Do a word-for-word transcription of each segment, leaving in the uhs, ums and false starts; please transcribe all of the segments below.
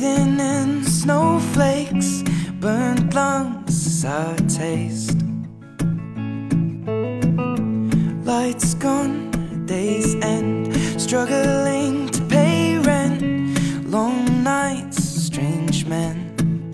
Breathing in snowflakes, burnt lungs as I taste. Lights gone, days end, struggling to pay rent. Long nights, strange men.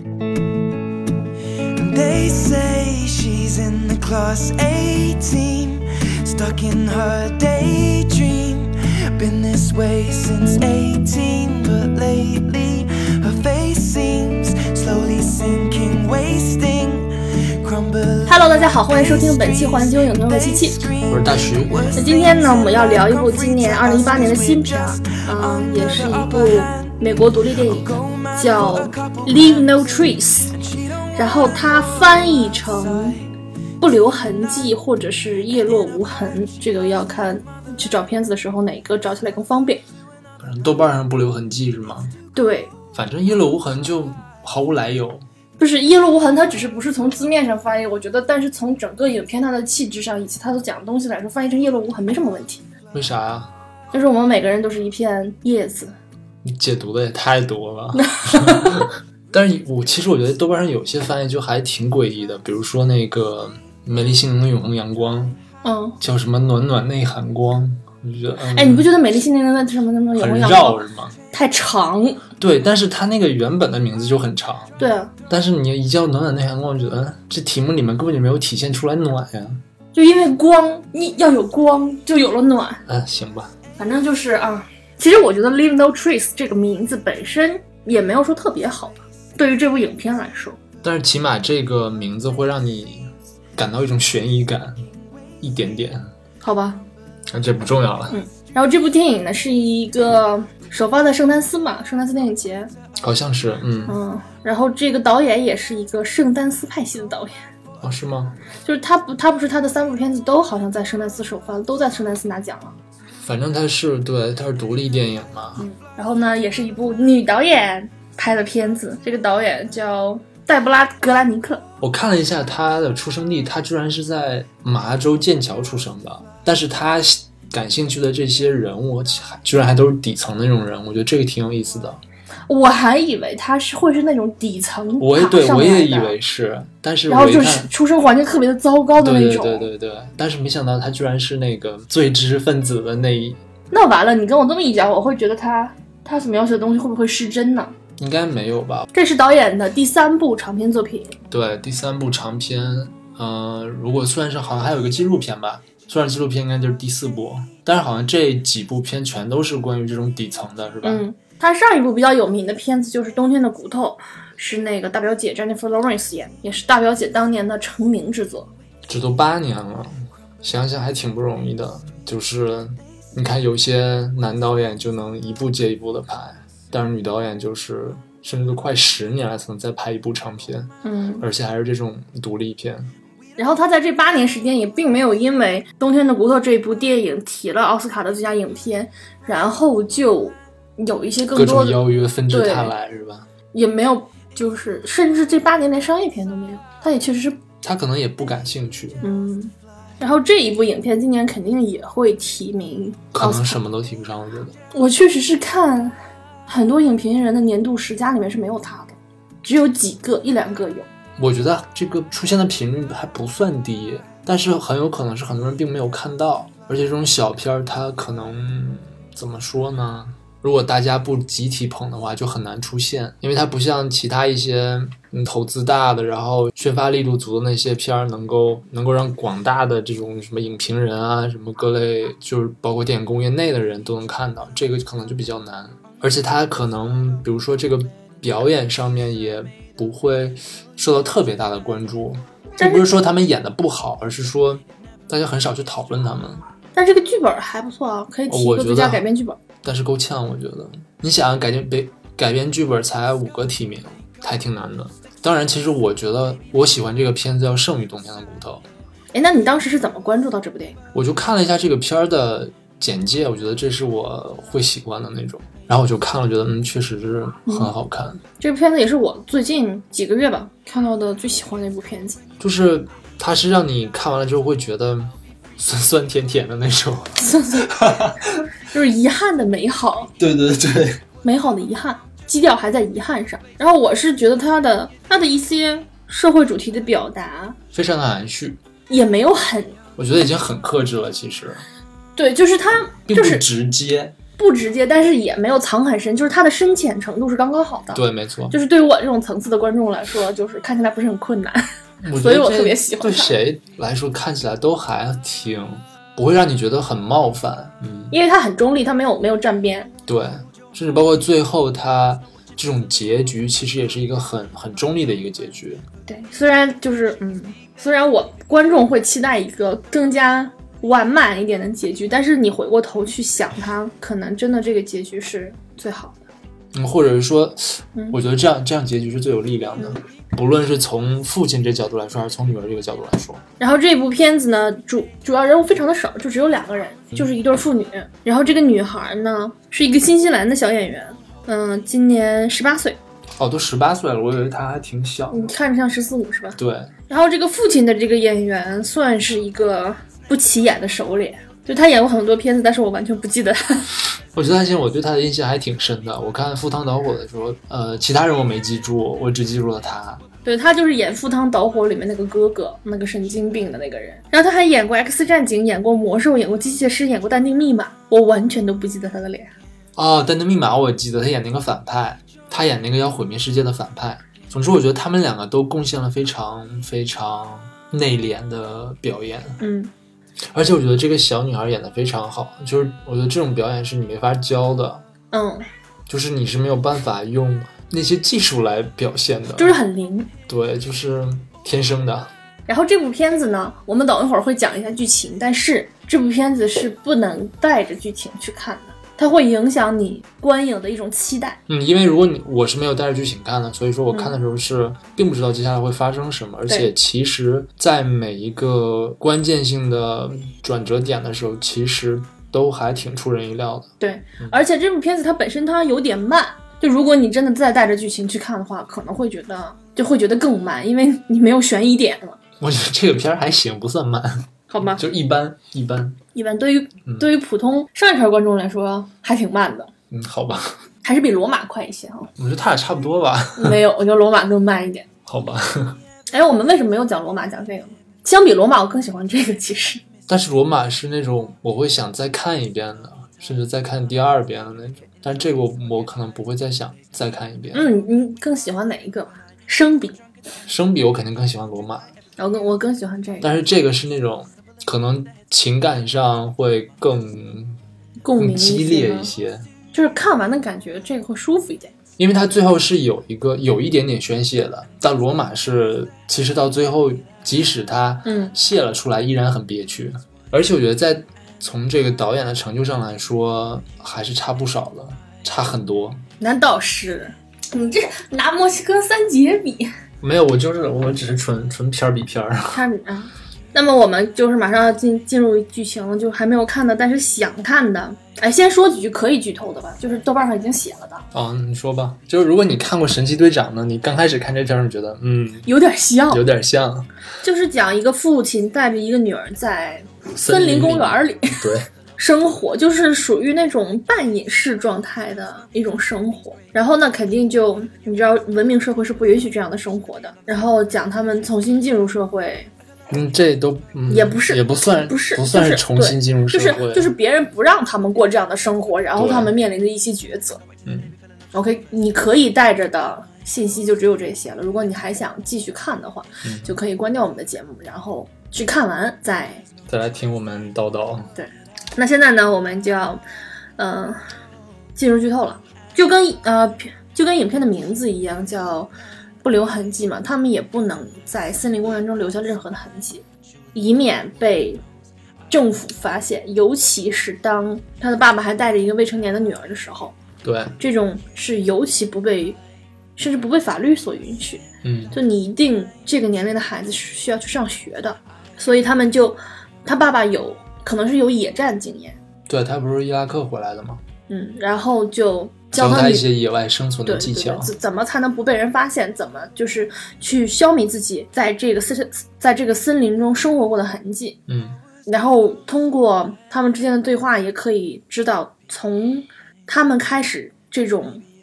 And they say she's in the class A team, stuck in her daydream. Been this way since eighteen, but lately her face seems slowly sinking, wasting, crumbling. Hello， 大家好，欢迎收听本期环球影评为七七， 我是大徐。 那今天呢，我们要聊一部今年二零一八年的新片，嗯，也是一部美国独立电影，叫《Leave No Trace》，然后它翻译成不留痕迹或者是叶落无痕，这个要看去找片子的时候哪个找起来更方便。 豆瓣上不留痕迹是吗？ 对， 反正叶落无痕就毫无来由。 不是叶落无痕，它只是不是从字面上翻译，我觉得，但是从整个影片它的气质上以及它所讲的东西来说，翻译成叶落无痕没什么问题。 为啥呀？ 就是我们每个人都是一片叶子。 你解读的也太多了。但是我其实我觉得豆瓣上有些翻译就还挺诡异的，比如说那个美丽心灵的永恒阳光， 嗯， 叫什么暖暖内涵光，我觉得，嗯、 哎，你不觉得美丽心灵的什么什么永恒阳光很绕是吗？ 太长。 对，但是它那个原本的名字就很长。 对啊， 但是你一叫暖暖内涵光，我觉得这题目里面根本就没有体现出来暖呀。 就因为光，你要有光就有了暖。 嗯，行吧。 反正就是啊，其实我觉得 Leave No Trace 这个名字本身也没有说特别好吧，对于这部影片来说。 但是起码这个名字会让你感到一种悬疑感，一点点。 好吧。 那这不重要了。 嗯。然后这部电影呢是一个首发在圣丹斯嘛，圣丹斯电影节， 好像是，嗯嗯。然后这个导演也是一个圣丹斯派系的导演。 哦，是吗？ 就是他不，他不是他的三部片子都好像在圣丹斯首发，都在圣丹斯拿奖了。 反正他是对，他是独立电影嘛。 嗯。然后呢，也是一部女导演拍的片子，这个导演叫黛布拉·格兰尼克。 我看了一下他的出生地，他居然是在马拉州剑桥出生的，但是他感兴趣的这些人物居然还都是底层的那种人，我觉得这个挺有意思的。 我还以为他是会是那种底层我也对我也以为是，但是我然后就是出生环境特别的糟糕的那种。 对对对对对，但是没想到他居然是那个最知识分子的那一。 那完了，你跟我这么一讲，我会觉得他他所描写的东西会不会失真呢？ 应该没有吧。 这是导演的第三部长篇作品。 对，第三部长篇，呃，如果算是好像还有一个纪录片吧。算是纪录片应该就是第四部，但是好像这几部片全都是关于这种底层的，是吧？ 嗯，他上一部比较有名的片子就是《冬天的骨头》，是那个大表姐 Jennifer Lawrence 演，也是大表姐当年的成名之作。 这都八年了，想想还挺不容易的。就是你看，有些男导演就能一部接一部的拍，但是女导演就是甚至都快十年了才能再拍一部长片， 嗯， 而且还是这种独立片。 然后他在这八年时间也并没有因为《冬天的骨头》这部电影提了奥斯卡的最佳影片，然后就有一些更多的各种邀约纷至沓来，是吧？ 也没有，就是甚至这八年连商业片都没有，他也确实是， 他可能也不感兴趣。 嗯。然后这一部影片今年肯定也会提名奥斯卡， 可能什么都提不上，我觉得。 我确实是看很多影评人的年度十佳里面是没有他的，只有几个一两个有。 我觉得这个出现的频率还不算低，但是很有可能是很多人并没有看到，而且这种小片它可能怎么说呢？如果大家不集体捧的话，就很难出现，因为它不像其他一些嗯投资大的，然后宣发力度足的那些片能够能够让广大的这种什么影评人啊，什么各类就是包括电影工业内的人都能看到，这个可能就比较难，而且它可能比如说这个表演上面也不会受到特别大的关注，并不是说他们演的不好，而是说大家很少去讨论他们。 但这个剧本还不错啊，可以提一个最佳改编剧本。 但是够呛，我觉得。你想改编改编剧本才五个提名，还挺难的。当然，其实我觉得我喜欢这个片子要胜于《冬天的骨头》。 哎，那你当时是怎么关注到这部电影？ 我就看了一下这个片的简介，我觉得这是我会喜欢的那种。然后我就看了，觉得嗯，确实是很好看。 嗯、这部片子也是我最近几个月吧看到的最喜欢的一部片子。 就是它是让你看完了之后会觉得酸酸甜甜的那种， 就是遗憾的美好。 对对对， 美好的遗憾。 基调还在遗憾上。然后我是觉得他的他的一些社会主题的表达非常的含蓄， 也没有很， 我觉得已经很克制了。其实对，就是他并不就是直接， 不直接，但是也没有藏很深，就是它的深浅程度是刚刚好的。 对，没错， 就是对于我这种层次的观众来说，就是看起来不是很困难， 我所以我特别喜欢它。 对谁来说看起来都还挺不会让你觉得很冒犯，嗯， 因为它很中立，它没有没有站边。 对，甚至包括最后它这种结局，其实也是一个很很中立的一个结局。 对，虽然就是嗯，虽然我观众会期待一个更加完满一点的结局，但是你回过头去想它，可能真的这个结局是最好的。 嗯，或者是说，我觉得这样这样结局是最有力量的， 嗯， 不论是从父亲这角度来说，还是从女儿这个角度来说。 然后这部片子呢，主主要人物非常的少，就只有两个人，就是一对父女。然后这个女孩呢，是一个新西兰的小演员，嗯，今年十八岁。 哦，都十八岁了，我以为她还挺小。 你看着像十四五是吧？ 对。 然后这个父亲的这个演员算是一个不起眼的熟脸，就他演过很多片子，但是我完全不记得他。 我觉得其实我对他的印象还挺深的。我看《赴汤蹈火》的时候，呃，其他人我没记住，我只记住了他。 对，他就是演《赴汤蹈火》里面那个哥哥，那个神经病的那个人。然后他还演过《X 战警》，演过《魔兽》，演过《机械师》，演过《淡定密码》，我完全都不记得他的脸。 哦，《淡定密码》我记得他演那个反派，他演那个要毁灭世界的反派。总之，我觉得他们两个都贡献了非常非常内敛的表演。 嗯。 而且我觉得这个小女孩演得非常好，就是我觉得这种表演是你没法教的， 嗯， 就是你是没有办法用那些技术来表现的， 就是很灵， 对，就是天生的。 然后这部片子呢，我们等一会儿会讲一下剧情，但是这部片子是不能带着剧情去看的，它会影响你观影的一种期待。 嗯，因为如果你我是没有带着剧情看的，所以说我看的时候是并不知道接下来会发生什么，嗯，而且其实在每一个关键性的转折点的时候，其实都还挺出人意料的。 对，嗯，而且这部片子它本身它有点慢，就如果你真的再带着剧情去看的话，可能会觉得就会觉得更慢，因为你没有悬疑点了。 我觉得这个片儿还行，不算慢。 好吧， 就一般一般一般，对于、嗯、对于普通上一茬观众来说还挺慢的。 嗯，好吧， 还是比罗马快一些哈。 我觉得他俩差不多吧。 没有，我觉得罗马更慢一点。 好吧。 哎，我们为什么没有讲罗马，讲这个呢？相比罗马，我更喜欢这个其实。 但是罗马是那种我会想再看一遍的，甚至再看第二遍的那种。但这个我我可能不会再想再看一遍。 嗯，你更喜欢哪一个？生比。 生比我肯定更喜欢罗马。 我更我更喜欢这个。 但是这个是那种可能情感上会更共鸣激烈一些， 就是看完的感觉这个会舒服一点， 因为它最后是有一个有一点点宣泄的，但罗马是其实到最后即使它泄了出来，嗯，依然很憋屈。而且我觉得在从这个导演的成就上来说还是差不少的，差很多。 难道是你这拿墨西哥三杰比？ 没有，我就是我只是纯纯片儿比片儿。 片儿比啊。那么我们就是马上要进进入剧情，就还没有看的，但是想看的，哎，先说几句可以剧透的吧，就是豆瓣上已经写了的。 哦，你说吧。就是如果你看过《神奇队长》呢，你刚开始看这片儿，你觉得嗯有点像， 有点像， 就是讲一个父亲带着一个女儿在森林公园里， 对。 生活，就是属于那种半隐士状态的一种生活，然后呢肯定就你知道文明社会是不允许这样的生活的，然后讲他们重新进入社会， 嗯，这都、嗯、 也不是也不算不是不算是重新进入社会， 就是就是别人不让他们过这样的生活，然后他们面临的一些抉择。 嗯 OK， 你可以带着的信息就只有这些了，如果你还想继续看的话、嗯、就可以关掉我们的节目，然后去看完再再来听我们叨叨。 对，那现在呢，我们就要，呃，进入剧透了，就跟呃就跟影片的名字一样，叫不留痕迹嘛。他们也不能在森林公园中留下任何的痕迹，以免被政府发现。尤其是当他的爸爸还带着一个未成年的女儿的时候， 对， 这种是尤其不被，甚至不被法律所允许。 嗯， 就你一定这个年龄的孩子是需要去上学的，所以他们就，他爸爸有。可能是有野战经验， 对，他不是伊拉克回来的吗？ 嗯，然后就教他一些野外生存的技巧， 对对对，怎么才能不被人发现？怎么就是去消弭自己在这个森在这个森林中生活过的痕迹？ 嗯， 然后通过他们之间的对话，也可以知道从他们开始这种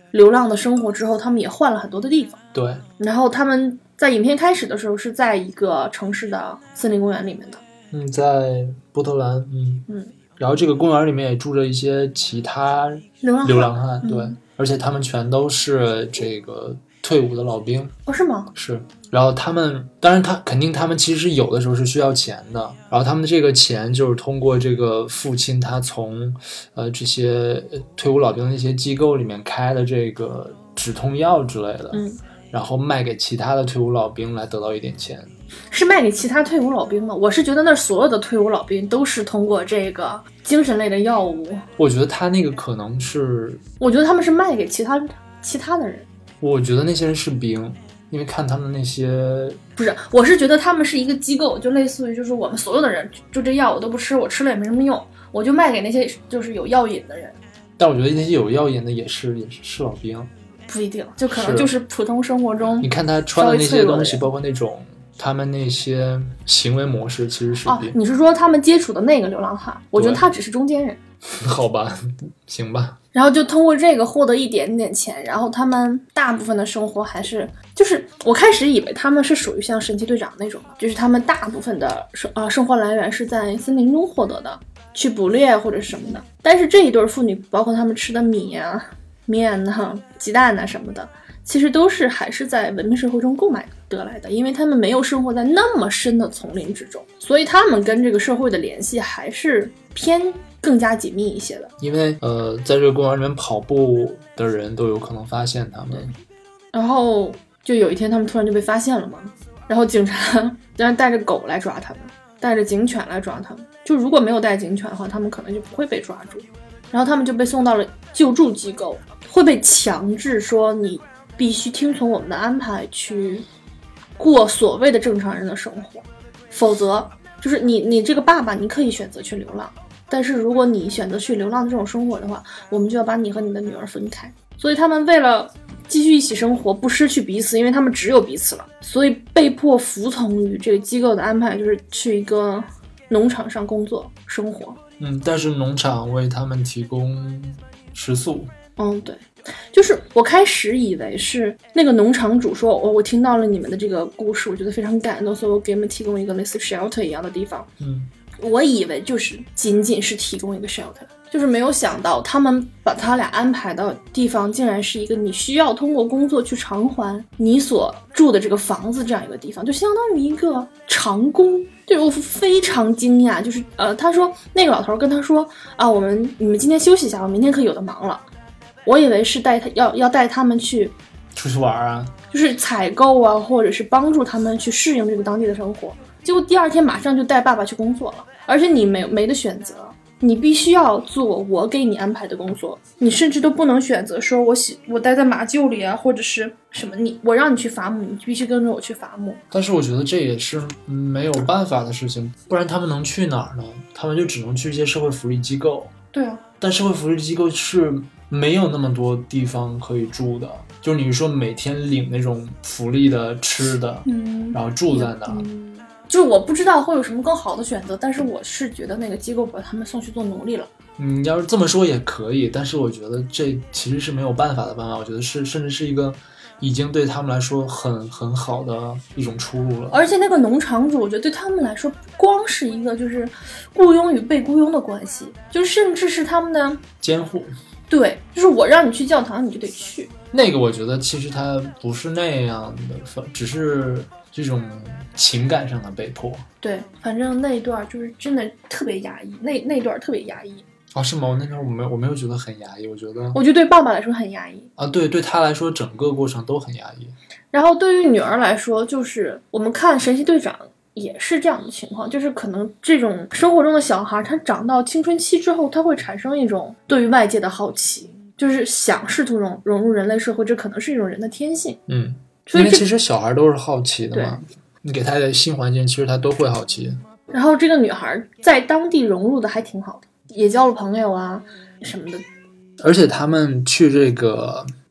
流浪的生活之后，他们也换了很多的地方。 对， 然后他们在影片开始的时候是在一个城市的森林公园里面的。 嗯，在波特兰，嗯嗯。 然后这个公园里面也住着一些其他流浪汉， 流浪汉，对、 嗯， 而且他们全都是这个退伍的老兵。 哦，是吗？ 是。然后他们，当然他肯定他们其实有的时候是需要钱的，然后他们的这个钱就是通过这个父亲他从呃这些退伍老兵的一些机构里面开的这个止痛药之类的， 嗯， 然后卖给其他的退伍老兵来得到一点钱。 是卖给其他退伍老兵吗？我是觉得那所有的退伍老兵都是通过这个精神类的药物。 我觉得他那个可能是， 我觉得他们是卖给其他其他的人。 我觉得那些人是兵，因为看他们那些， 不是，我是觉得他们是一个机构，就类似于就是我们所有的人，就这药我都不吃，我吃了也没什么用，我就卖给那些就是有药瘾的人。 但我觉得那些有药瘾的也是也是是老兵， 不一定，就可能就是普通生活中你看他穿的那些东西，包括那种他们那些行为模式其实是兵、 哦、你是说他们接触的那个流浪汉？我觉得他只是中间人。 好吧，行吧。 然后就通过这个获得一点点钱，然后他们大部分的生活还是就是我开始以为他们是属于像神奇队长那种，就是他们大部分的生啊生活来源是在森林中获得的，去捕猎或者什么的。但是这一对父女，包括他们吃的米啊、面啊、鸡蛋啊什么的，其实都是还是在文明社会中购买得来的，因为他们没有生活在那么深的丛林之中，所以他们跟这个社会的联系还是偏更加紧密一些的。 因为呃，在这个公园里面跑步的人都有可能发现他们， 然后就有一天他们突然就被发现了嘛，然后警察然后带着狗来抓他们，带着警犬来抓他们，就如果没有带警犬的话，他们可能就不会被抓住，然后他们就被送到了救助机构，会被强制说你必须听从我们的安排去过所谓的正常人的生活，否则就是你你这个爸爸你可以选择去流浪，但是如果你选择去流浪这种生活的话，我们就要把你和你的女儿分开。所以他们为了继续一起生活，不失去彼此，因为他们只有彼此了，所以被迫服从于这个机构的安排，就是去一个农场上工作生活。 嗯，但是农场为他们提供食宿。 嗯，对，就是我开始以为是那个农场主说，我、哦、我听到了你们的这个故事，我觉得非常感动，所以我给你们提供一个类似 shelter 一样的地方。 嗯， 我以为就是仅仅是提供一个 shelter， 就是没有想到他们把他俩安排到地方竟然是一个你需要通过工作去偿还你所住的这个房子这样一个地方，就相当于一个长工。对，我非常惊讶，就是呃，他说那个老头跟他说啊，我们你们今天休息一下，我明天可以有的忙了。我以为是带他要要带他们去出去玩啊， 就是采购啊，或者是帮助他们去适应这个当地的生活。结果第二天马上就带爸爸去工作了，而且你没没得选择，你必须要做我给你安排的工作，你甚至都不能选择说我喜我待在马厩里啊，或者是什么你我让你去伐木，你必须跟着我去伐木。 但是我觉得这也是没有办法的事情，不然他们能去哪儿呢？他们就只能去一些社会福利机构。 对啊，但社会福利机构是没有那么多地方可以住的，就是你说每天领那种福利的吃的， 嗯， 然后住在那、 嗯，就是我不知道会有什么更好的选择，但是我是觉得那个机构把他们送去做奴隶了。 嗯，要是这么说也可以，但是我觉得这其实是没有办法的办法，我觉得是甚至是一个已经对他们来说很很好的一种出路了。 而且那个农场主我觉得对他们来说不光是一个就是雇佣与被雇佣的关系，就是甚至是他们的监护。 对，就是我让你去教堂你就得去。 那个我觉得其实他不是那样的，只是这种情感上的被迫。 对，反正那一段就是真的特别压抑，那那段特别压抑。 哦，是吗？我那段我没有我没有觉得很压抑，我觉得我觉得对爸爸来说很压抑啊，对，对他来说整个过程都很压抑。 然后对于女儿来说，就是我们看神奇队长也是这样的情况，就是可能这种生活中的小孩，他长到青春期之后，他会产生一种对于外界的好奇，就是想试图融融入人类社会，这可能是一种人的天性。 嗯，因为其实小孩都是好奇的嘛，你给他的新环境，其实他都会好奇。 然后这个女孩在当地融入的还挺好的，也交了朋友啊什么的。 而且他们去这个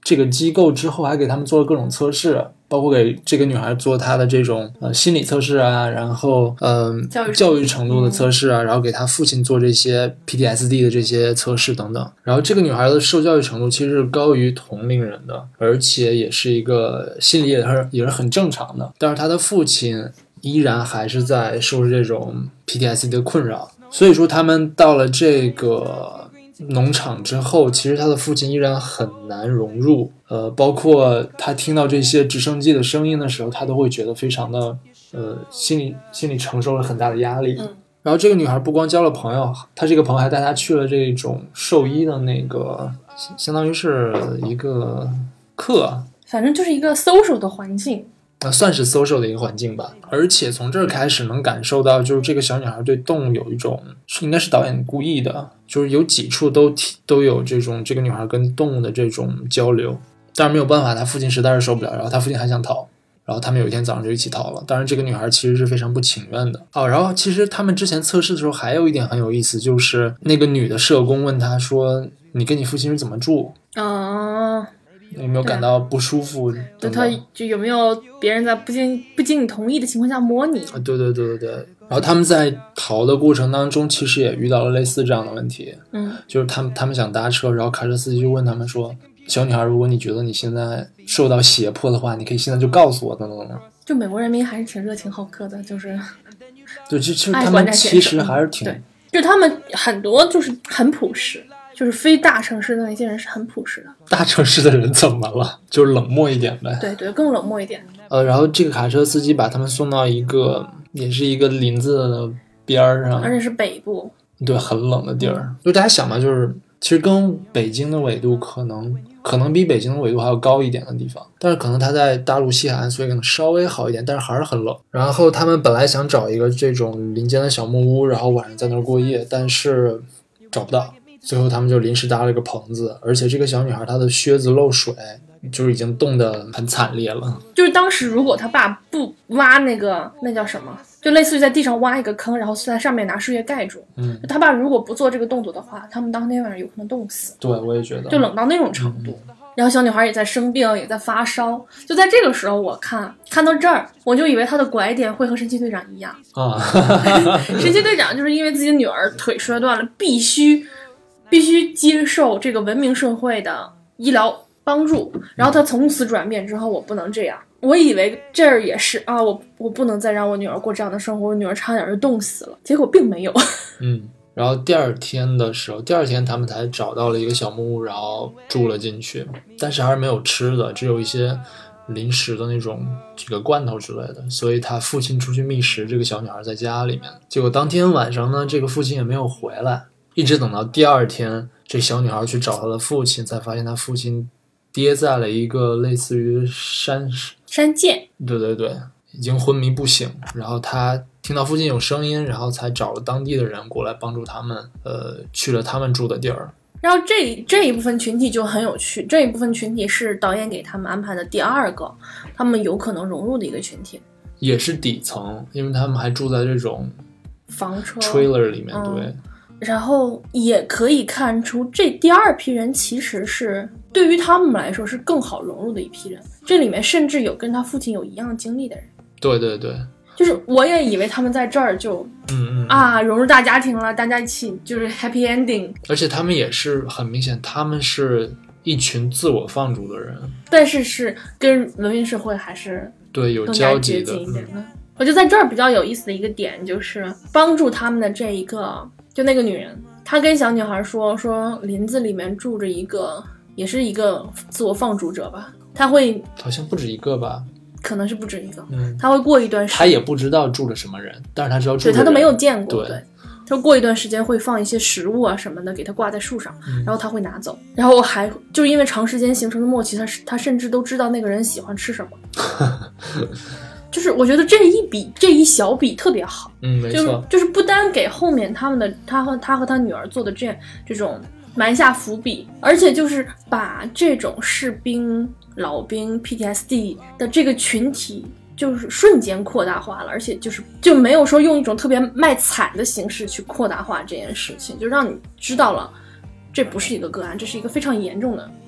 这个机构之后还给他们做了各种测试，包括给这个女孩做她的这种呃心理测试啊，然后呃教育教育程度的测试啊，然后给她父亲做这些 P T S D 的这些测试等等。然后这个女孩的受教育程度其实是高于同龄人的，而且也是一个心理也是也是很正常的。但是她的父亲依然还是在受这种 P T S D 的困扰，所以说他们到了这个农场之后，其实他的父亲依然很难融入，呃，包括他听到这些直升机的声音的时候，他都会觉得非常的，呃，心里心里承受了很大的压力。 嗯， 然后这个女孩不光交了朋友，她这个朋友还带她去了这种兽医的那个，相当于是一个课， 反正就是一个 social 的环境。 呃，算是 social 的一个环境吧。而且从这儿开始能感受到，就是这个小女孩对动物有一种，应该是导演故意的，就是有几处都都有这种这个女孩跟动物的这种交流。但是没有办法，她父亲实在是受不了，然后她父亲还想逃，然后他们有一天早上就一起逃了。当然这个女孩其实是非常不情愿的。哦，然后其实他们之前测试的时候还有一点很有意思，就是那个女的社工问她说，你跟你父亲是怎么住？ 嗯、呃有没有感到不舒服？ 对，他就有没有别人在不经不经你同意的情况下摸你？ 啊，对对对对对。然后他们在逃的过程当中，其实也遇到了类似这样的问题。 嗯， 就是他们他们想搭车，然后卡车司机就问他们说：“小女孩，如果你觉得你现在受到胁迫的话，你可以现在就告诉我，等等等等。” 就美国人民还是挺热情好客的，就是对，其实他们其实还是挺对，就他们很多就是很朴实。就是非大城市的那些人是很朴实的， 大城市的人怎么了？就是冷漠一点呗。 对对，更冷漠一点。 呃，然后这个卡车司机把他们送到一个，也是一个林子的边上， 而且是北部， 对，很冷的地儿。就大家想吧，就是其实跟北京的纬度可能可能比北京的纬度还要高一点的地方，但是可能它在大陆西海岸，所以可能稍微好一点，但是还是很冷。然后他们本来想找一个这种林间的小木屋，然后晚上在那儿过夜，但是找不到。最后他们就临时搭了一个棚子，而且这个小女孩她的靴子漏水，就是已经冻得很惨烈了。 就是当时如果他爸不挖那个那叫什么，就类似于在地上挖一个坑，然后在上面拿树叶盖住。嗯，他爸如果不做这个动作的话，他们当天晚上有可能冻死。 对，我也觉得， 就冷到那种程度。嗯，然后小女孩也在生病，也在发烧。就在这个时候，我看看到这儿，我就以为她的拐点会和神奇队长一样啊。 神奇队长就是因为自己的女儿腿摔断了，必须。必须接受这个文明社会的医疗帮助，然后他从此转变之后，我不能这样。我以为这儿也是啊，我我不能再让我女儿过这样的生活，我女儿差点就冻死了，结果并没有。 嗯，然后第二天的时候，第二天他们才找到了一个小木屋，然后住了进去，但是还是没有吃的，只有一些临时的那种这个罐头之类的，所以他父亲出去觅食，这个小女孩在家里面。结果当天晚上呢，这个父亲也没有回来。一直等到第二天，这小女孩去找她的父亲，才发现她父亲跌在了一个类似于山山涧， 对对对，已经昏迷不醒。然后她听到附近有声音，然后才找了当地的人过来帮助他们，呃，去了他们住的地儿。 然后这这一部分群体就很有趣，这一部分群体是导演给他们安排的第二个，他们有可能融入的一个群体， 也是底层，因为他们还住在这种房车 trailer 里面， 嗯、 对。 然后也可以看出，这第二批人其实是对于他们来说是更好融入的一批人。这里面甚至有跟他父亲有一样经历的人。 对对对， 就是我也以为他们在这儿就， 嗯嗯啊，融入大家庭了，大家一起就是 happy ending。 而且他们也是很明显，他们是一群自我放逐的人， 但是是跟文明社会还是对有交集的。 一点的。嗯、我觉得在这儿比较有意思的一个点就是帮助他们的这一个。就那个女人，她跟小女孩说说林子里面住着一个，也是一个自我放逐者吧。他会好像不止一个吧， 可能是不止一个。 嗯， 他会过一段时间， 他也不知道住着什么人，但是他知道住着人， 对他都没有见过。 对， 对他过一段时间会放一些食物啊什么的给他挂在树上， 嗯、 然后他会拿走。然后我还就是因为长时间形成的默契，他他甚至都知道那个人喜欢吃什么。就是我觉得这一笔这一小笔特别好， 嗯，没错， 就是就是不单给后面他们的他和他和他女儿做的这这种埋下伏笔，而且就是把这种士兵、老兵、P T S D 的这个群体就是瞬间扩大化了，而且就是就没有说用一种特别卖惨的形式去扩大化这件事情，就让你知道了这不是一个个案，这是一个非常严重的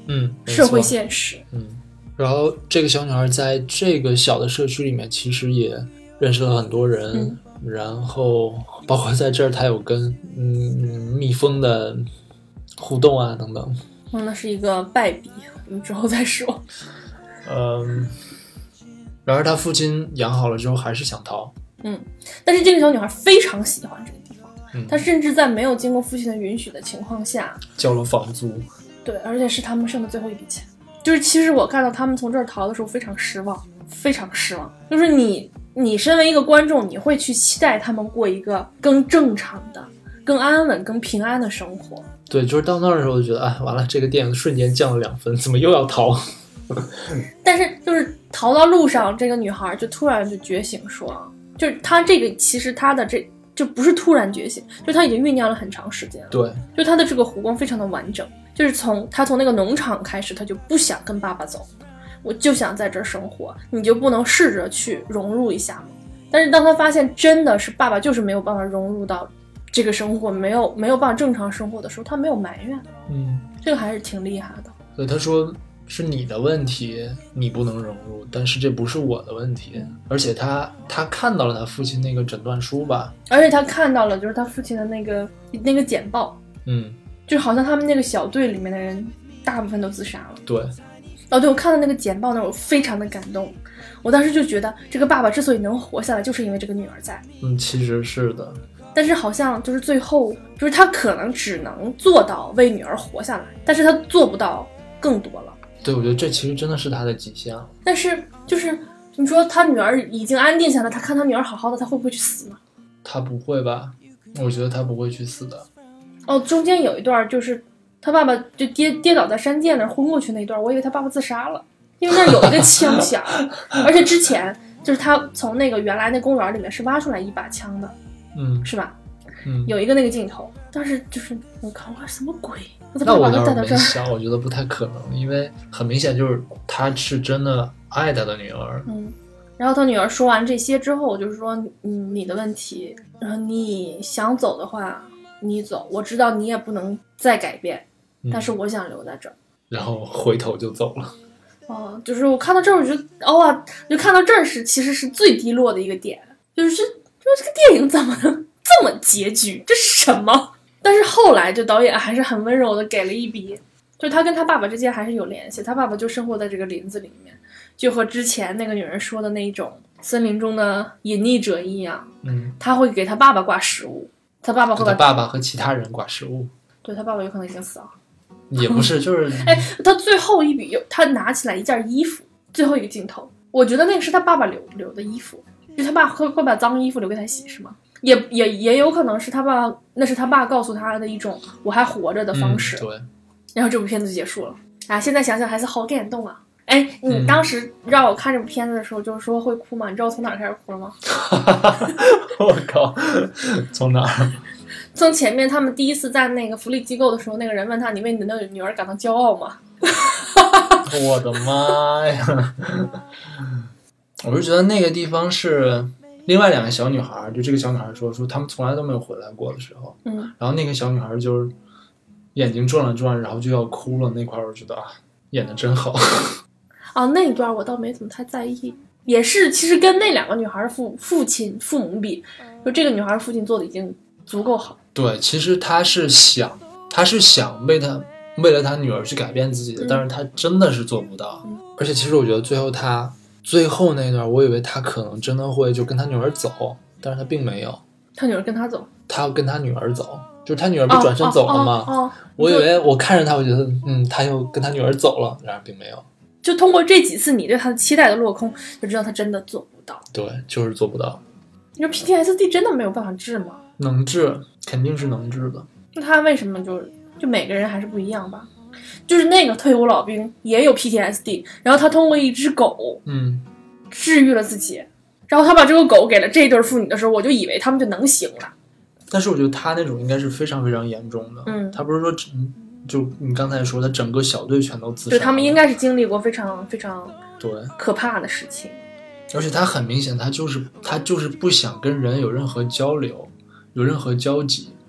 嗯， 社会现实。 嗯，然后这个小女孩在这个小的社区里面，其实也认识了很多人， 嗯、 然后包括在这儿，她有跟嗯蜜蜂的互动啊等等。 嗯，那是一个败笔，我们之后再说。 嗯，然而她父亲养好了之后还是想逃。 嗯，但是这个小女孩非常喜欢这个地方， 嗯、 她甚至在没有经过父亲的允许的情况下交了房租。 对，而且是他们剩的最后一笔钱。就是其实我看到他们从这儿逃的时候非常失望，非常失望。就是你你身为一个观众，你会去期待他们过一个更正常的、更安稳、更平安的生活。 对，就是到那儿的时候，我就觉得，哎，完了，这个电影瞬间降了两分，怎么又要逃？ 但是就是逃到路上，这个女孩就突然就觉醒说，就是她这个其实她的这就不是突然觉醒，就她已经酝酿了很长时间了。 对， 就她的这个弧光非常的完整，就是从她从那个农场开始，她就不想跟爸爸走，我就想在这儿生活，你就不能试着去融入一下吗？但是当她发现真的是爸爸就是没有办法融入到这个生活，没有没有办法正常生活的时候，她没有埋怨。 嗯， 这个还是挺厉害的。 对，他说是你的问题，你不能融入，但是这不是我的问题。而且他他看到了他父亲那个诊断书吧， 而且他看到了就是他父亲的那个那个简报， 嗯， 就好像他们那个小队里面的人大部分都自杀了。 对， 哦，对，我看到那个简报那，我非常的感动。我当时就觉得，这个爸爸之所以能活下来，就是因为这个女儿在。 嗯，其实是的。 但是好像就是最后，就是他可能只能做到为女儿活下来，但是他做不到更多了。 对，我觉得这其实真的是他的极限。 但是就是你说他女儿已经安定下来，他看他女儿好好的，他会不会去死呢？ 他不会吧？我觉得他不会去死的。 哦，中间有一段就是他爸爸就跌跌倒在山涧那儿昏过去那一段，我以为他爸爸自杀了，因为那儿有一个枪响，而且之前就是他从那个原来那公园里面是挖出来一把枪的， 嗯， 是吧？ 嗯， 有一个那个镜头，但是就是我靠，哇，什么鬼？我那我倒是没想，我觉得不太可能，因为很明显就是他是真的爱他的女儿。 嗯，然后他女儿说完这些之后，就是说，嗯，你的问题，然后你想走的话，你走，我知道你也不能再改变， 嗯、 但是我想留在这儿。 然后回头就走了。 哦，就是我看到这儿，我觉得，哇，就看到这儿是其实是最低落的一个点，就是这，就是这个电影怎么能这么拮据？这是什么？但是后来就导演还是很温柔的给了一笔，就他跟他爸爸之间还是有联系，他爸爸就生活在这个林子里面，就和之前那个女人说的那一种森林中的隐匿者一样， 嗯， 他会给他爸爸挂食物，他爸爸会把他爸爸和其他人挂食物， 对，他爸爸有可能已经死了， 也不是，就是哎，他最后一笔有他拿起来一件衣服，最后一个镜头，我觉得那个是他爸爸留留的衣服，就他爸会会把脏衣服留给他洗是吗？也也也有可能是他爸，那是他爸告诉他的一种我还活着的方式。 嗯、对。 然后这部片子就结束了啊！现在想想还是好感动啊！哎，你当时让我看这部片子的时候，就是说会哭吗？你知道我从哪儿开始哭了吗？ 我靠，从哪儿？ 从前面他们第一次在那个福利机构的时候，那个人问他：“你为你的女儿感到骄傲吗？” 我的妈呀！我是觉得那个地方是。另外两个小女孩，就这个小女孩说说他们从来都没有回来过的时候， 嗯， 然后那个小女孩就是眼睛转了转，然后就要哭了。那块我觉得啊，演得真好。 啊，那一段我倒没怎么太在意，也是其实跟那两个女孩的父父亲父母比，就这个女孩的父亲做的已经足够好。 对，其实他是想，他是想为他为了他女儿去改变自己的，嗯、但是他真的是做不到。嗯、而且其实我觉得最后他。最后那段我以为他可能真的会就跟他女儿走，但是他并没有。 他女儿跟他走？ 他要跟他女儿走，就是他女儿不转身走了吗？ 哦哦哦、 我以为我看着他我觉得嗯，他又跟他女儿走了，然而并没有。 就通过这几次你对他的期待的落空，就知道他真的做不到。 对，就是做不到。 你说 P T S D 真的没有办法治吗？ 能治，肯定是能治的。 那他为什么就就每个人还是不一样吧？就是那个退伍老兵也有 P T S D， 然后他通过一只狗， 嗯。 治愈了自己，然后他把这个狗给了这对父女的时候，我就以为他们就能行了。 但是我觉得他那种应该是非常非常严重的， 嗯， 他不是说就你刚才说他整个小队全都自杀， 对，他们应该是经历过非常非常对可怕的事情。 而且他很明显，他就是他就是不想跟人有任何交流，有任何交集。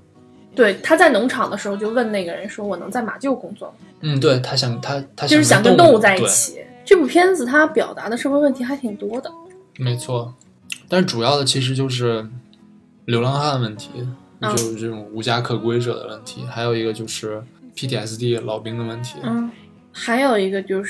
对，他在农场的时候就问那个人说：“我能在马厩工作吗？” 嗯，对，他想他他就是想跟动物在一起。 对， 这部片子它表达的社会问题还挺多的。 没错，但是主要的其实就是流浪汉问题，嗯、就是这种无家可归者的问题，还有一个就是 P T S D 老兵的问题。 嗯，还有一个就是，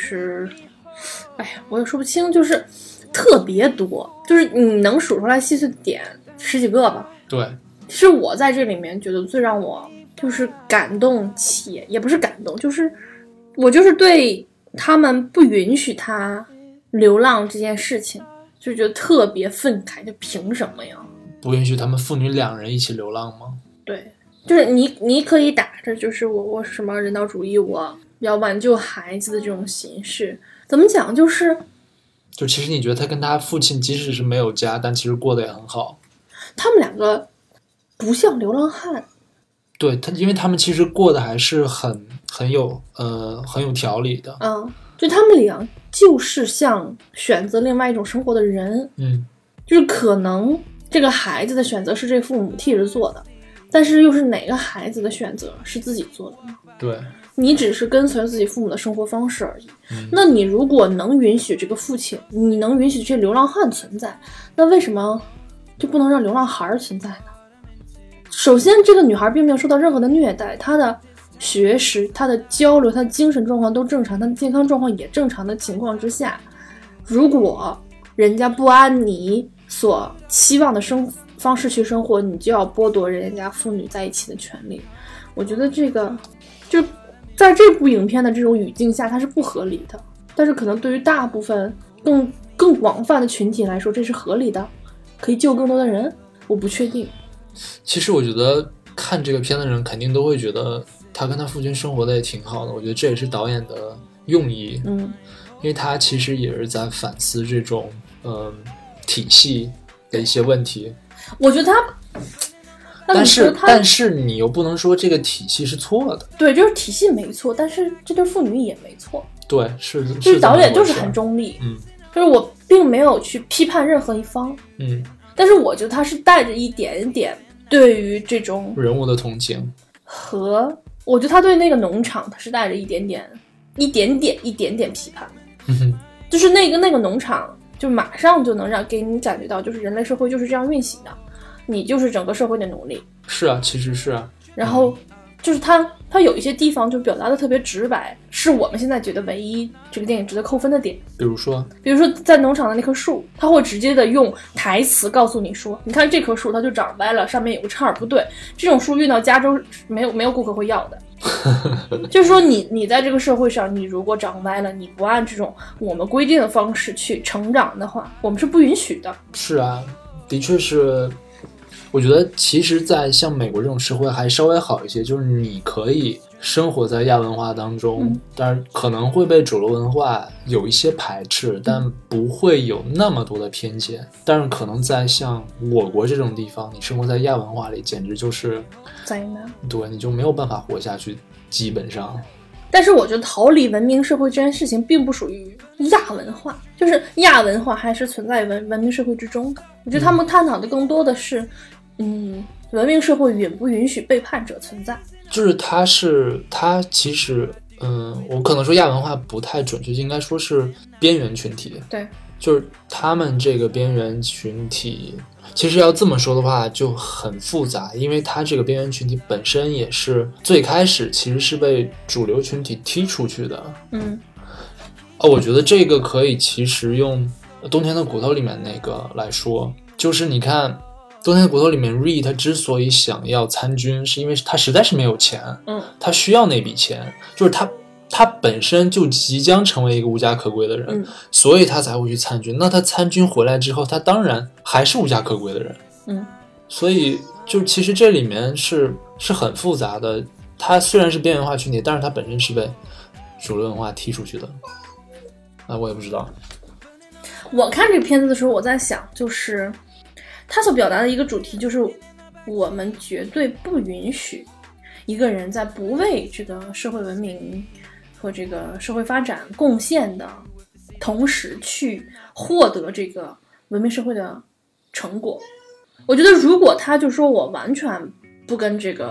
哎呀，我也说不清，就是特别多，就是你能数出来细碎点十几个吧。 对， 其实我在这里面觉得最让我就是感动且也不是感动，就是我就是对他们不允许他流浪这件事情就觉得特别愤慨，就凭什么呀？ 不允许他们父女两人一起流浪吗？ 对，就是你你可以打着就是我我什么人道主义，我要挽救孩子的这种形式，怎么讲，就是就其实你觉得他跟他父亲即使是没有家，但其实过得也很好。 他们两个不像流浪汉。 对，他因为他们其实过得还是很很有呃很有条理的。 嗯，就他们俩就是像选择另外一种生活的人。 嗯， 就是可能这个孩子的选择是这父母替着做的，但是又是哪个孩子的选择是自己做的呢？ 对， 你只是跟随自己父母的生活方式而已。 嗯、 那你如果能允许这个父亲，你能允许这些流浪汉存在，那为什么就不能让流浪孩存在呢？首先，这个女孩并没有受到任何的虐待，她的学识、她的交流、她的精神状况都正常，她的健康状况也正常的情况之下，如果人家不按你所期望的生方式去生活，你就要剥夺人家父女在一起的权利。我觉得这个就在这部影片的这种语境下，它是不合理的。但是可能对于大部分更更广泛的群体来说，这是合理的，可以救更多的人。我不确定。 其实我觉得看这个片的人肯定都会觉得他跟他父亲生活的也挺好的，我觉得这也是导演的用意。 嗯， 因为他其实也是在反思这种呃体系的一些问题。 我觉得他， 但是但是你又不能说这个体系是错的。 对，就是体系没错，但是这对父女也没错。 对，是就是导演就是很中立。 嗯， 就是我并没有去批判任何一方。 嗯， 但是我觉得他是带着一点点对于这种人物的同情， 和我觉得他对那个农场他是带着一点点一点点一点点批判的。 嗯， 就是那个那个农场就马上就能让给你感觉到，就是人类社会就是这样运行的，你就是整个社会的奴隶。 是啊，其实是啊。 然后就是他他有一些地方就表达的特别直白，是我们现在觉得唯一这个电影值得扣分的点。 比如说比如说在农场的那棵树，他会直接的用台词告诉你说，你看这棵树它就长歪了，上面有个叉儿不对，这种树运到加州没有没有顾客会要的。就是说你你在这个社会上，你如果长歪了，你不按这种我们规定的方式去成长的话，我们是不允许的。 是啊，的确是。我觉得其实在像美国这种社会还稍微好一些，就是你可以生活在亚文化当中、嗯、但是可能会被主流文化有一些排斥，但不会有那么多的偏见。但是可能在像我国这种地方，你生活在亚文化里简直就是灾难， 对，你就没有办法活下去基本上。 但是我觉得逃离文明社会这件事情并不属于亚文化，就是亚文化还是存在文文明社会之中的。我觉得他们探讨的更多的是嗯，文明社会允不允许背叛者存在？ 就是它是它其实，嗯，我可能说亚文化不太准确，应该说是边缘群体。 对， 就是他们这个边缘群体，其实要这么说的话就很复杂，因为他这个边缘群体本身也是最开始其实是被主流群体踢出去的。 嗯， 哦，我觉得这个可以其实用《冬天的骨头》里面那个来说，就是你看。冬天的骨头里面 Reed 他之所以想要参军，是因为他实在是没有钱， 嗯， 他需要那笔钱，就是他他本身就即将成为一个无家可归的人、 嗯、 所以他才会去参军。那他参军回来之后，他当然还是无家可归的人， 嗯， 所以就其实这里面是是很复杂的。他虽然是边缘化群体，但是他本身是被主流文化踢出去的。那我也不知道。 我看这个片子的时候，我在想，就是他所表达的一个主题，就是我们绝对不允许一个人在不为这个社会文明和这个社会发展贡献的同时去获得这个文明社会的成果。我觉得如果他就说我完全不跟这个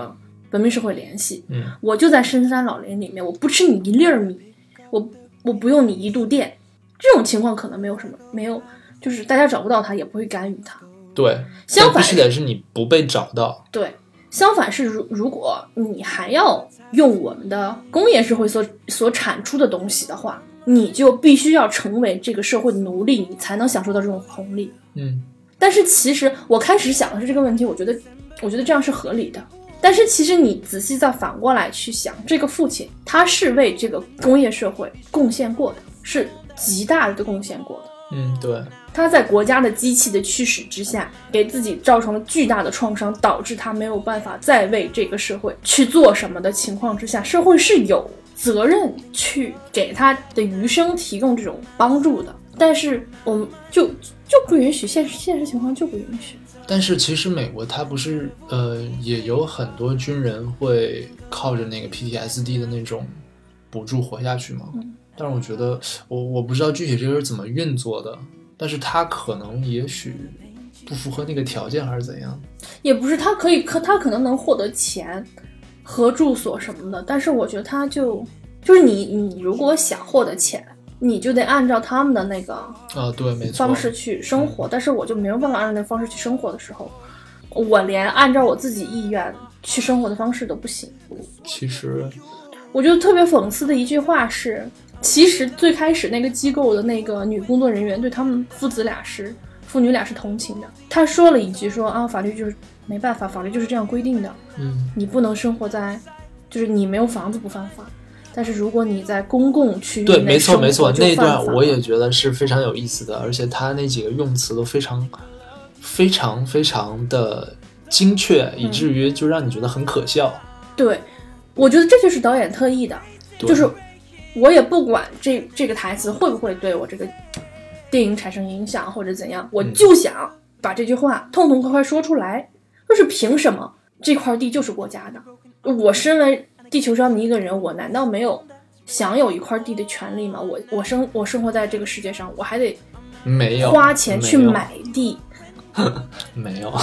文明社会联系。 嗯， 我就在深山老林里面，我不吃你一粒米，我我不用你一度电，这种情况可能没有什么，没有，就是大家找不到它，也不会干预它。 对， 相反必须得是你不被找到。 对，相反是如如果你还要用我们的工业社会所所产出的东西的话，你就必须要成为这个社会的奴隶，你才能享受到这种红利。 嗯， 但是其实我开始想的是这个问题，我觉得我觉得这样是合理的。但是其实你仔细再反过来去想，这个父亲他是为这个工业社会贡献过的，是极大的贡献过的。 嗯，对。 他在国家的机器的驱使之下，给自己造成了巨大的创伤，导致他没有办法再为这个社会去做什么的情况之下，社会是有责任去给他的余生提供这种帮助的。但是我们就就不允许，现实现实情况就不允许。 但是其实美国它不是呃也有很多军人会靠着那个 P T S D 的那种补助活下去吗？ 嗯， 但是我觉得我我不知道具体这个是怎么运作的，但是他可能也许不符合那个条件还是怎样。 也不是，他可以可他可能能获得钱和住所什么的，但是我觉得他就就是你你如果想获得钱，你就得按照他们的那个啊，对，没错， 方式去生活。但是我就没有办法按照那个方式去生活的时候，我连按照我自己意愿去生活的方式都不行。 其实我觉得特别讽刺的一句话是，其实最开始那个机构的那个女工作人员对他们父子俩是父女俩是同情的。她说了一句说啊，法律就是没办法，法律就是这样规定的， 嗯， 你不能生活在，就是你没有房子不犯法，但是如果你在公共区域内， 对，没错没错，那一段我也得觉得是非常有意思的，而且他那几个用词都非常非常非常的精确，以至于就让你觉得很可笑。 对，我觉得这就是导演特意的，就是我也不管这这个台词会不会对我这个电影产生影响或者怎样，我就想把这句话痛痛快快说出来，就是凭什么这块地就是国家的？我身为地球上的一个人，我难道没有享有一块地的权利吗？我我生我生活在这个世界上，我还得没有花钱去买地？ 没有，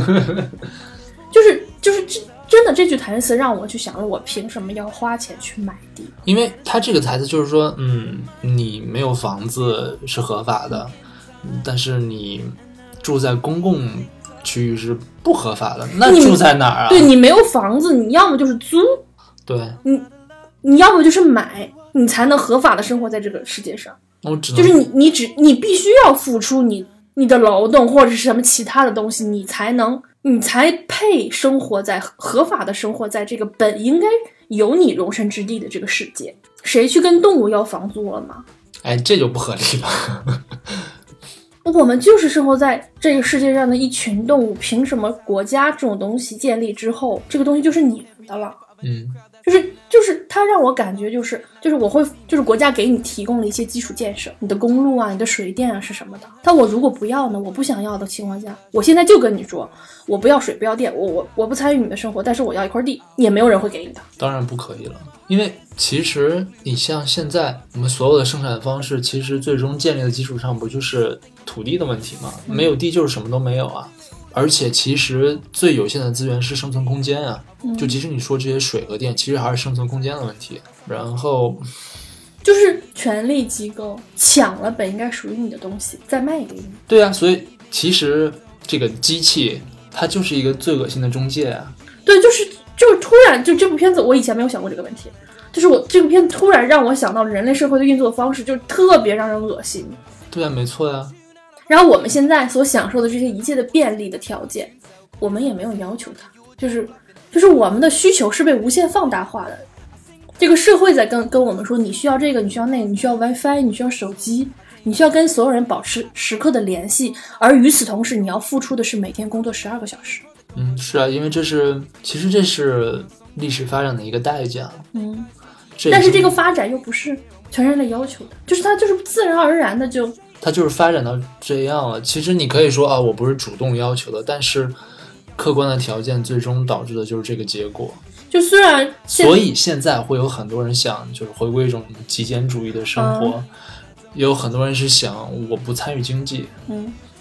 就是就是这真的这句台词让我去想了，我凭什么要花钱去买地？ 因为他这个台词就是说，嗯，你没有房子是合法的，但是你住在公共区域是不合法的，那住在哪儿啊？ 对，你没有房子，你要么就是租， 对， 你你要么就是买，你才能合法的生活在这个世界上。 我只能就是你你只你必须要付出你你的劳动或者是什么其他的东西，你才能你才配生活在合法的生活在这个本应该有你容身之地的这个世界。谁去跟动物要房租了吗？ 哎，这就不合理了。 我们就是生活在这个世界上的一群动物，凭什么国家这种东西建立之后，这个东西就是你们的了？ 嗯， 就是就是它让我感觉就是就是我会就是国家给你提供了一些基础建设，你的公路啊，你的水电啊是什么的。但我如果不要呢，我不想要的情况下，我现在就跟你说，我不要水不要电，我我我不参与你的生活，但是我要一块地，也没有人会给你的。 当然不可以了，因为其实你像现在我们所有的生产方式，其实最终建立的基础上不就是土地的问题吗？没有地就是什么都没有啊。而且其实最有限的资源是生存空间啊，就即使你说这些水和电，其实还是生存空间的问题。然后就是权力机构抢了本应该属于你的东西，再卖给你。 对啊，所以其实这个机器它就是一个最恶心的中介啊。 对，就是就是突然就这部片子，我以前没有想过这个问题，就是我这部片突然让我想到人类社会的运作方式，就特别让人恶心。 对啊，没错呀、啊。 然后我们现在所享受的这些一切的便利的条件，我们也没有要求它，就是就是我们的需求是被无限放大化的。这个社会在跟跟我们说，你需要这个，你需要那个，你需要 WiFi， 你需要手机，你需要跟所有人保持时刻的联系，而与此同时，你要付出的是每天工作十二个小时。 嗯，是啊，因为这是其实这是历史发展的一个代价。 嗯，但是这个发展又不是全人类要求的，就是它就是自然而然的就。 它就是发展到这样了。其实你可以说啊，我不是主动要求的，但是客观的条件最终导致的就是这个结果。 就虽然所以现在会有很多人想就是回归一种极简主义的生活、嗯、也有很多人是想我不参与经济。 嗯，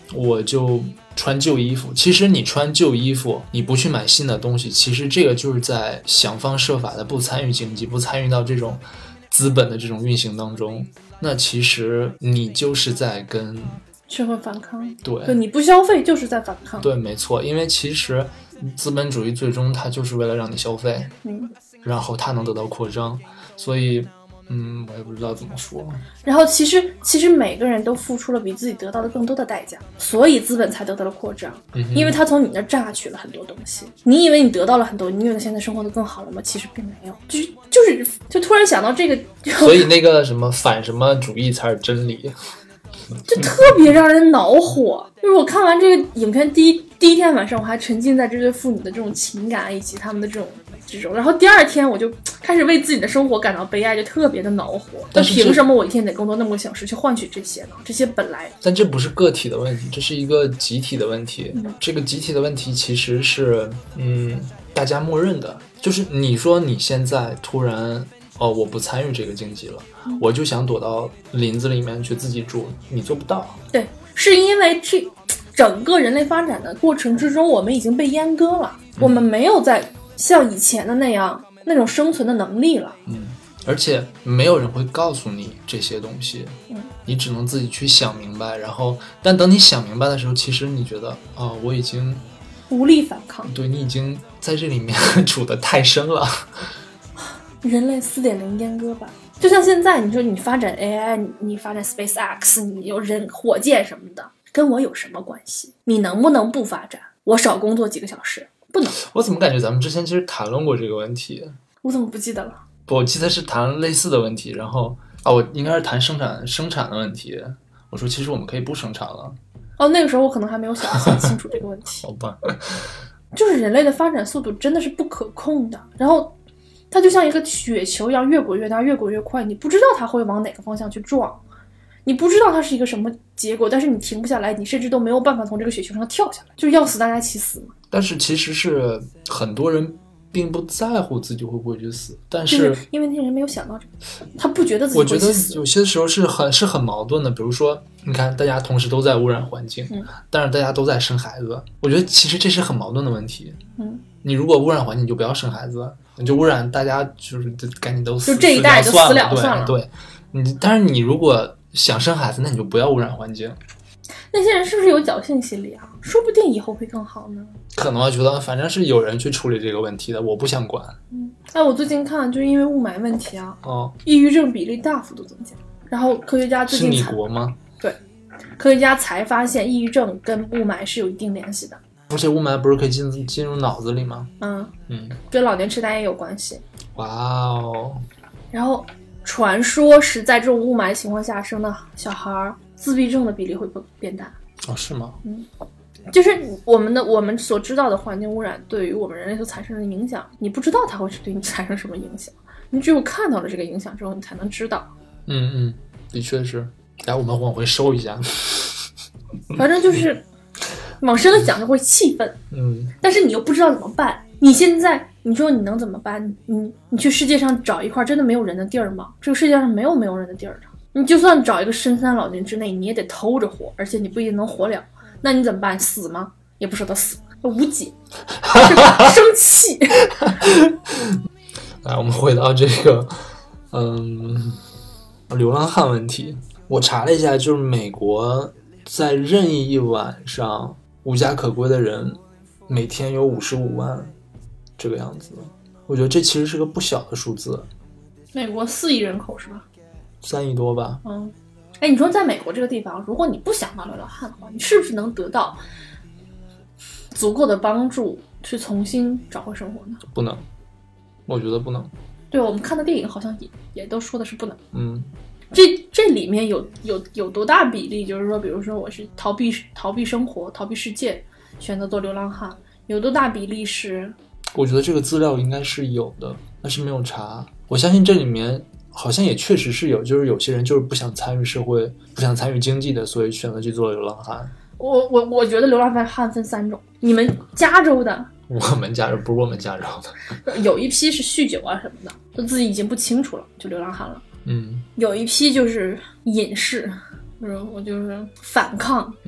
我就穿旧衣服。其实你穿旧衣服，你不去买新的东西，其实这个就是在想方设法的不参与经济，不参与到这种资本的这种运行当中。那其实你就是在跟社会反抗。 对， 对，你不消费就是在反抗。 对，没错，因为其实资本主义最终它就是为了让你消费， 嗯， 然后它能得到扩张，所以嗯，我也不知道怎么说。 然后其实其实每个人都付出了比自己得到的更多的代价，所以资本才得到了扩张， 嗯、 因为他从你那榨取了很多东西。你以为你得到了很多，你以为现在生活的更好了吗？其实并没有，就是就是就突然想到这个， 所以那个什么反什么主义才是真理。 就特别让人恼火。就是我看完这个影片第一第一天晚上，我还沉浸在这对父女的这种情感以及他们的这种这种，然后第二天我就开始为自己的生活感到悲哀，就特别的恼火。那凭什么我一天得工作那么个小时去换取这些呢？这些本来…… 但这不是个体的问题，这是一个集体的问题。 嗯、 这个集体的问题其实是嗯大家默认的，就是你说你现在突然。哦，我不参与这个经济了，嗯、我就想躲到林子里面去自己住，你做不到。 对，是因为这整个人类发展的过程之中，我们已经被阉割了，嗯、我们没有再像以前的那样那种生存的能力了。 嗯，而且没有人会告诉你这些东西， 嗯， 你只能自己去想明白。然后，但等你想明白的时候，其实你觉得啊、哦，我已经无力反抗。 对，你已经在这里面处得太深了。 人类 四点零 阉割吧，就像现在你说你发展 A I， 你, 你发展 SpaceX， 你有人火箭什么的，跟我有什么关系？你能不能不发展？我少工作几个小时？不能。 我怎么感觉咱们之前其实谈论过这个问题？ 我怎么不记得了？ 不，我记得是谈类似的问题，然后啊，我应该是谈生产生产的问题。我说其实我们可以不生产了。 哦，那个时候我可能还没有想想清楚这个问题。 好吧， 就是人类的发展速度真的是不可控的，然后。它就像一个雪球一样，越滚越大，越滚越快，你不知道它会往哪个方向去撞，你不知道它是一个什么结果，但是你停不下来，你甚至都没有办法从这个雪球上跳下来，就要死大家一起死嘛。 但是其实是很多人并不在乎自己会不会去死，但是、 就是、因为那些人没有想到这个，他不觉得自己会去死。 我觉得有些时候是很是很矛盾的，比如说你看大家同时都在污染环境、嗯、但是大家都在生孩子，我觉得其实这是很矛盾的问题。 嗯， 你如果污染环境你就不要生孩子，你就污染大家就是赶紧都死， 就这一代就死了算了。 对对，你但是你如果想生孩子，那你就不要污染环境。 那些人是不是有侥幸心理啊？说不定以后会更好呢。 可能我觉得反正是有人去处理这个问题的，我不想管。 嗯，哎，我最近看就是因为雾霾问题啊， 哦， 抑郁症比例大幅度增加。然后科学家最近是米国吗？ 对，科学家才发现抑郁症跟雾霾是有一定联系的。 而且雾霾不是可以进进入脑子里吗？ 嗯嗯， 跟老年痴呆也有关系。 哇哦！ 然后传说是在这种雾霾情况下生的小孩，自闭症的比例会变大。 哦，是吗？ 嗯，就是我们的我们所知道的环境污染对于我们人类所产生的影响，你不知道它会对你产生什么影响，你只有看到了这个影响之后，你才能知道。 嗯嗯，的确是。来，我们往回收一下。 反正就是往深了讲就会气愤， 嗯， 但是你又不知道怎么办。你现在你说你能怎么办？你你去世界上找一块真的没有人的地儿吗？这个世界上没有没有人的地儿的。你就算找一个深山老林之内，你也得偷着活，而且你不一定能活了。那你怎么办？死吗？也不舍得死，无解，生气。 来，我们回到这个，嗯，流浪汉问题。我查了一下，就是美国在任意一晚上无家可归的人，每天有五十五万，这个样子。我觉得这其实是个不小的数字。 美国四亿人口是吧？ 三亿多吧。 嗯，哎，你说在美国这个地方，如果你不想当流浪汉的话，你是不是能得到足够的帮助去重新找回生活呢？ 不能，我觉得不能。 对，我们看的电影好像也也都说的是不能。 嗯， 这这里面有有有多大比例，就是说，比如说我是逃避逃避生活、逃避世界，选择做流浪汉，有多大比例是？ 我觉得这个资料应该是有的，但是没有查。我相信这里面好像也确实是有，就是有些人就是不想参与社会，不想参与经济的，所以选择去做流浪汉。 我我我觉得流浪汉分三种，你们加州的， 我们加州不是我们加州的，有一批是酗酒啊什么的，就自己已经不清楚了，就流浪汉了。 嗯， 有一批就是隐士，就是我就是反抗， 嗯，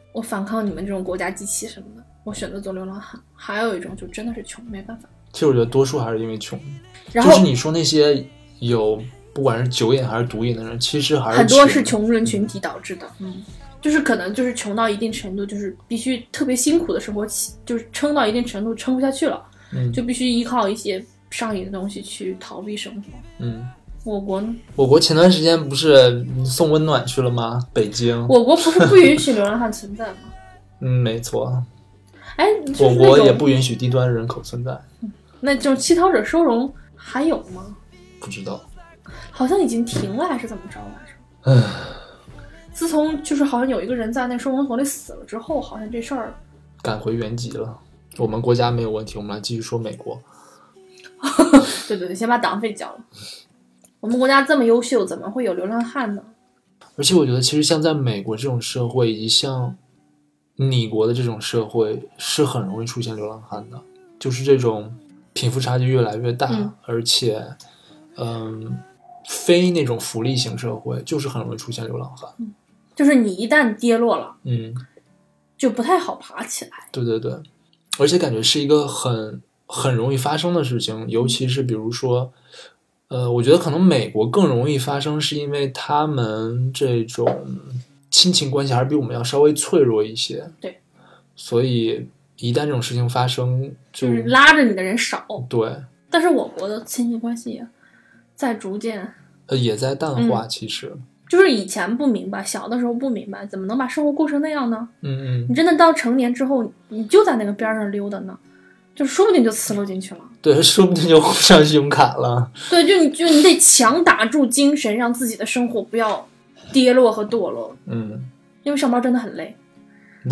我反抗你们这种国家机器什么的，我选择做流浪汉。还有一种就真的是穷，没办法。 其实我觉得多数还是因为穷， 然后就是你说那些有不管是酒瘾还是毒瘾的人，其实还是很多是穷人群体导致的，嗯，就是可能就是穷到一定程度，就是必须特别辛苦的生活，就是撑到一定程度撑不下去了， 嗯， 就必须依靠一些上瘾的东西去逃避生活。 嗯， 我国呢？ 我国前段时间不是送温暖去了吗？北京。 我国不是不允许流浪汉存在吗？ 嗯，没错。 哎， 我国也不允许低端人口存在。 嗯，那这种乞讨者收容还有吗？ 不知道， 好像已经停了，还是怎么着来着？ 唉， 自从就是好像有一个人在那收容所里死了之后，好像这事儿赶回原籍了。我们国家没有问题，我们来继续说美国。 对对对，先把党费交了。我们国家这么优秀，怎么会有流浪汉呢？ 而且我觉得，其实像在美国这种社会，以及像你国的这种社会，是很容易出现流浪汉的。就是这种贫富差距越来越大， 嗯、 而且，嗯，非那种福利型社会，就是很容易出现流浪汉。 嗯，就是你一旦跌落了， 嗯， 就不太好爬起来。 对对对，而且感觉是一个很很容易发生的事情，尤其是比如说。呃，我觉得可能美国更容易发生，是因为他们这种亲情关系还是比我们要稍微脆弱一些。 对， 所以一旦这种事情发生，就、 就是拉着你的人少。 对， 但是我国的亲戚关系也在逐渐， 呃，也在淡化。 嗯、 其实就是以前不明白，小的时候不明白，怎么能把生活过成那样呢？ 嗯嗯， 你真的到成年之后，你就在那个边上溜达呢。就说不定就呲溜进去了， 对，说不定就上信用卡了。 对，就你就你得强打住精神，让自己的生活不要跌落和堕落。 嗯， 因为上班真的很累。 对，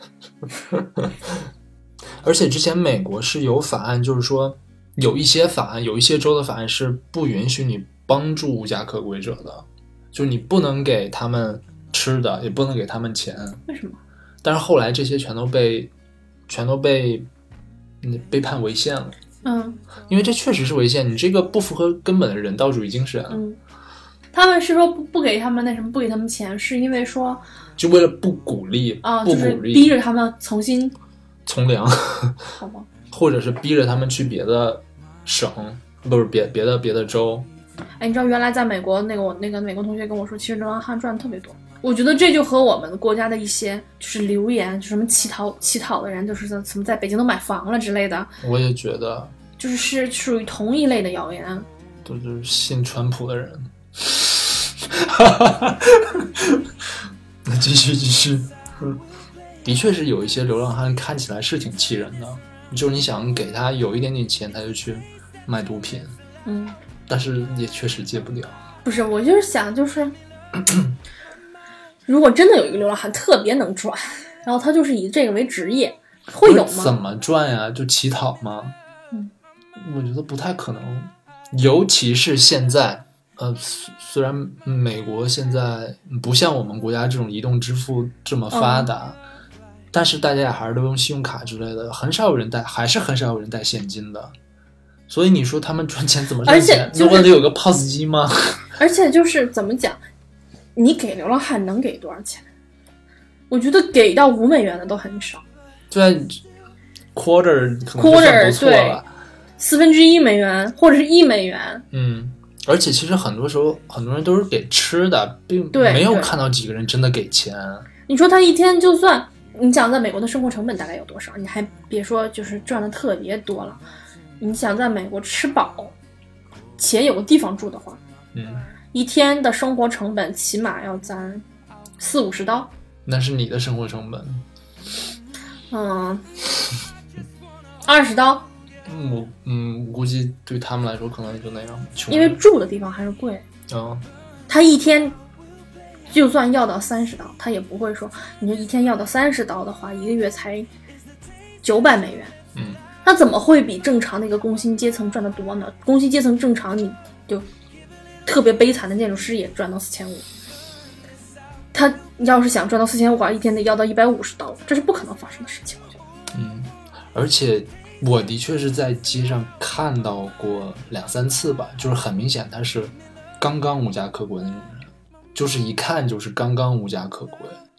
而且之前美国是有法案，就是说有一些法案，有一些州的法案是不允许你帮助无家可归者的，就是你不能给他们吃的，也不能给他们钱。 为什么？ 但是后来这些全都被全都被。被判违宪了， 嗯， 因为这确实是违宪，你这个不符合根本的人道主义精神。 嗯，他们是说不不给他们那什么，不给他们钱，是因为说就为了不鼓励啊， 不鼓励， 就是逼着他们重新从良， 好吧， 或者是逼着他们去别的省，不是别别的别的州。 哎，你知道原来在美国那个我那个美国同学跟我说，其实流浪汉赚的特别多。我觉得这就和我们国家的一些就是流言，就什么乞讨乞讨的人，就是什么在北京都买房了之类的。 我也觉得， 就是是属于同一类的谣言。 都就是信川普的人。那继续继续。嗯，的确是有一些流浪汉看起来是挺气人的，就是你想给他有一点点钱，他就去卖毒品。 嗯， 但是也确实戒不掉。 不是，我就是想就是如果真的有一个流浪汉特别能赚，然后他就是以这个为职业，会有吗？ 怎么赚呀？就乞讨吗？ 嗯， 我觉得不太可能，尤其是现在，呃，虽然美国现在不像我们国家这种移动支付这么发达，嗯、但是大家也还是都用信用卡之类的，很少有人带，还是很少有人带现金的。所以你说他们赚钱怎么赚钱？ 就是为了有个 P O S 机吗？ 而且就是怎么讲？你给流浪汉能给多少钱？我觉得给到五美元的都很少。 对 ，quarter 可能就算不错了， 四分之一美元或者是一美元。 嗯，而且其实很多时候很多人都是给吃的，并没有看到几个人真的给钱。 你说他一天就算你想在美国的生活成本大概有多少？你还别说就是赚的特别多了。你想在美国吃饱，且有个地方住的话， 嗯。 一天的生活成本起码要攒四五十刀， 那是你的生活成本。 嗯，二十刀。 嗯，我嗯，估计对他们来说可能也就那样。 因为住的地方还是贵。 嗯， 他一天就算要到三十刀，他也不会说，你说一天要到三十刀的话，一个月才九百美元。 嗯， 那怎么会比正常那个工薪阶层赚得多呢？工薪阶层正常你就。特别悲惨的建筑师也赚到四千五，他要是想赚到四千五，一天得要到一百五十刀，这是不可能发生的事情。我觉得， 嗯，而且我的确是在街上看到过两三次吧，就是很明显他是刚刚无家可归的那种人，就是一看就是刚刚无家可归，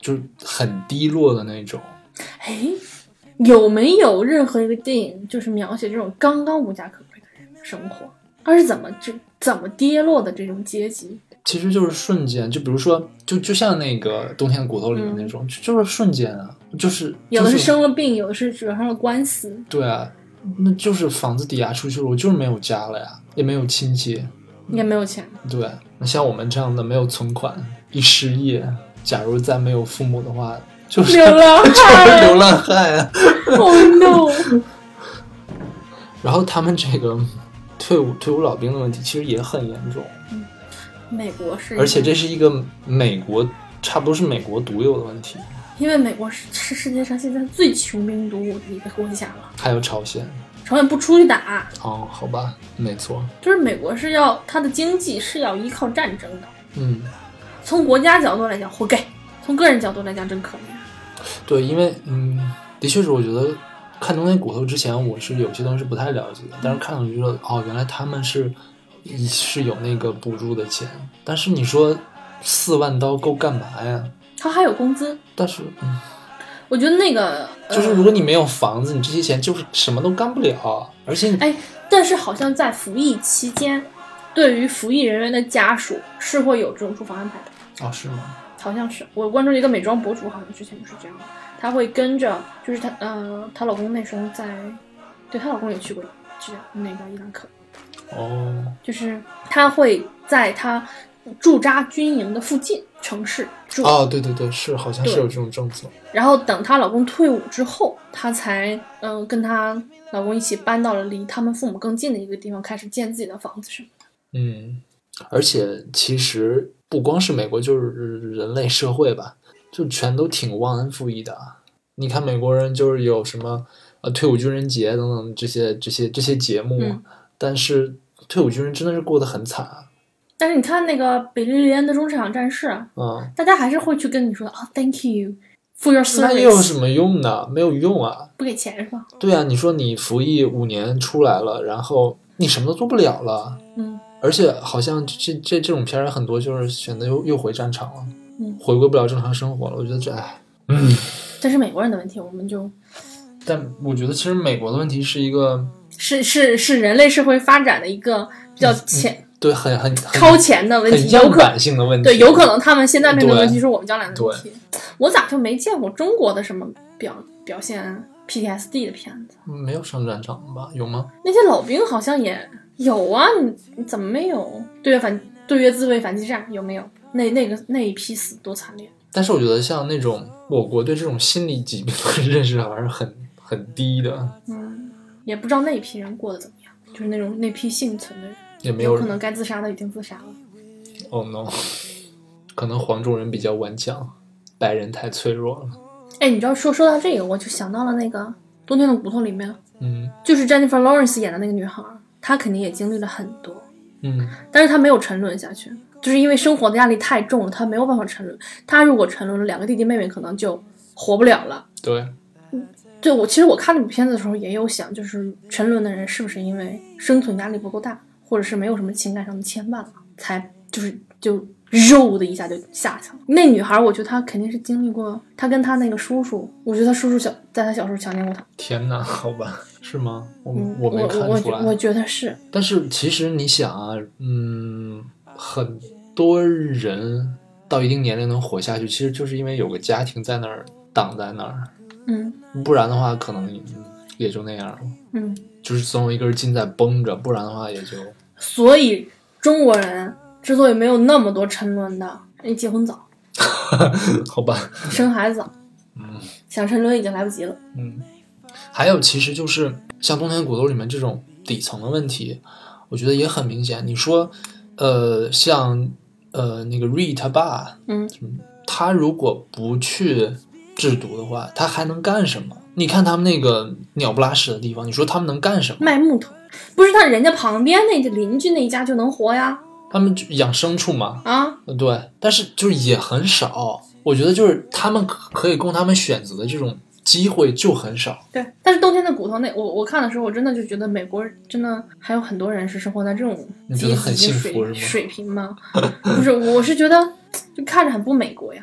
就是很低落的那种。 哎，有没有任何一个电影就是描写这种刚刚无家可归的人生活，而是怎么就怎么跌落的这种阶级？ 其实就是瞬间，就比如说，就就像那个冬天的骨头里面那种，嗯、就就是瞬间啊，就是有的是生了病，有的是惹上了官司。 对啊，那就是房子抵押出去了，我就是没有家了呀，也没有亲戚， 也没有钱。 对，那像我们这样的没有存款，一失业，假如再没有父母的话，就是流浪汉， 就是流浪汉啊。 Oh no！ 然后他们这个退伍退伍老兵的问题其实也很严重。 嗯，美国是， 而且这是一个美国差不多是美国独有的问题， 因为美国是是世界上现在最穷兵黩武的一个国家了。 还有朝鲜， 朝鲜不出去打。 哦，好吧，没错， 就是美国是要它的经济是要依靠战争的。 嗯， 从国家角度来讲活该，从个人角度来讲真可怜。 对，因为嗯，的确是我觉得看冬天骨头之前我是有些东西是不太了解的，但是看了就觉得哦，原来他们是是有那个补助的钱，但是你说四万刀够干嘛呀？ 他还有工资， 但是嗯， 我觉得那个就是如果你没有房子，呃、你这些钱就是什么都干不了，而且你哎，但是好像在服役期间，对于服役人员的家属是会有这种住房安排的。 哦，是吗？ 好像是，我关注一个美妆博主，好像之前就是这样的，她会跟着，就是她呃，她老公那时候在，对她老公也去过去那个伊拉克。 哦， 就是她会在她驻扎军营的附近城市住。 哦，对对对，是好像是有这种政策。 然后等她老公退伍之后，她才嗯、呃、跟她老公一起搬到了离他们父母更近的一个地方，开始建自己的房子什么的。 嗯，而且其实不光是美国，就是人类社会吧，就全都挺忘恩负义的。你看美国人就是有什么呃退伍军人节等等这些这些这些节目、嗯，但是退伍军人真的是过得很惨啊。 但是你看那个比利连的中场战士， 嗯， 大家还是会去跟你说啊、oh, ，Thank you for your service。 那有什么用呢？没有用啊， 不给钱是吧？ 对啊，你说你服役五年出来了，然后你什么都做不了了， 嗯。 而且好像这这这种片儿很多就是选择又又回战场了， 嗯， 回归不了正常生活了。我觉得这哎，嗯， 这是美国人的问题，我们就。 但我觉得其实美国的问题是一个， 是是是人类社会发展的一个比较前、嗯、 对很很超前的问题， 很样板性的问题。 对，有可能他们现在面对的问题是我们将来的问题。我咋就没见过中国的什么表表现 P T S D 的片子？ 没有上战场吧？有吗？ 那些老兵好像也。有啊，你你怎么没有对越反对越自卫反击战有没有？那那个那一批死多惨烈！ 但是我觉得像那种我国对这种心理疾病的认识还是很很低的。 嗯，也不知道那一批人过得怎么样，就是那种那批幸存的人， 也没有有可能该自杀的已经自杀了。 Oh no， 可能黄种人比较顽强，白人太脆弱了。 哎，你知道说说到这个，我就想到了那个《冬天的骨头》里面， 嗯， 就是 Jennifer Lawrence 演的那个女孩。他肯定也经历了很多， 嗯，但是他没有沉沦下去，就是因为生活的压力太重了，他没有办法沉沦。他如果沉沦了，两个弟弟妹妹可能就活不了了。 对， 对，我其实我看这部片子的时候也有想，就是沉沦的人是不是因为生存压力不够大，或者是没有什么情感上的牵绊了，才就是就肉的一下就下去了。那女孩，我觉得她肯定是经历过，她跟她那个叔叔，我觉得她叔叔小在她小时候强奸过她。 天哪，好吧，是吗？我、 嗯、 我没看出来我我。我觉得是。 但是其实你想啊，嗯，很多人到一定年龄能活下去，其实就是因为有个家庭在那儿挡在那儿。 嗯， 不然的话，可能也就那样了。 嗯， 就是总有一根筋在绷着，不然的话也就。 所以中国人。之所以没有那么多沉沦的，你结婚早， 好吧， 生孩子早， 嗯， 想沉沦已经来不及了。 嗯，还有其实就是像《冬天骨头》里面这种底层的问题，我觉得也很明显。你说，呃，像呃那个 Reed 他爸， 嗯， 他如果不去制毒的话，他还能干什么？你看他们那个鸟不拉屎的地方，你说他们能干什么？ 卖木头，不是他人家旁边那个邻居那一家就能活呀。 他们养牲畜嘛， 啊， 对，但是就是也很少。我觉得就是他们可以供他们选择的这种机会就很少。 对，但是冬天的骨头那我我看的时候，我真的就觉得美国真的还有很多人是生活在这种你觉得很幸福是吗？ 水平吗？不是，我是觉得就看着很不美国呀。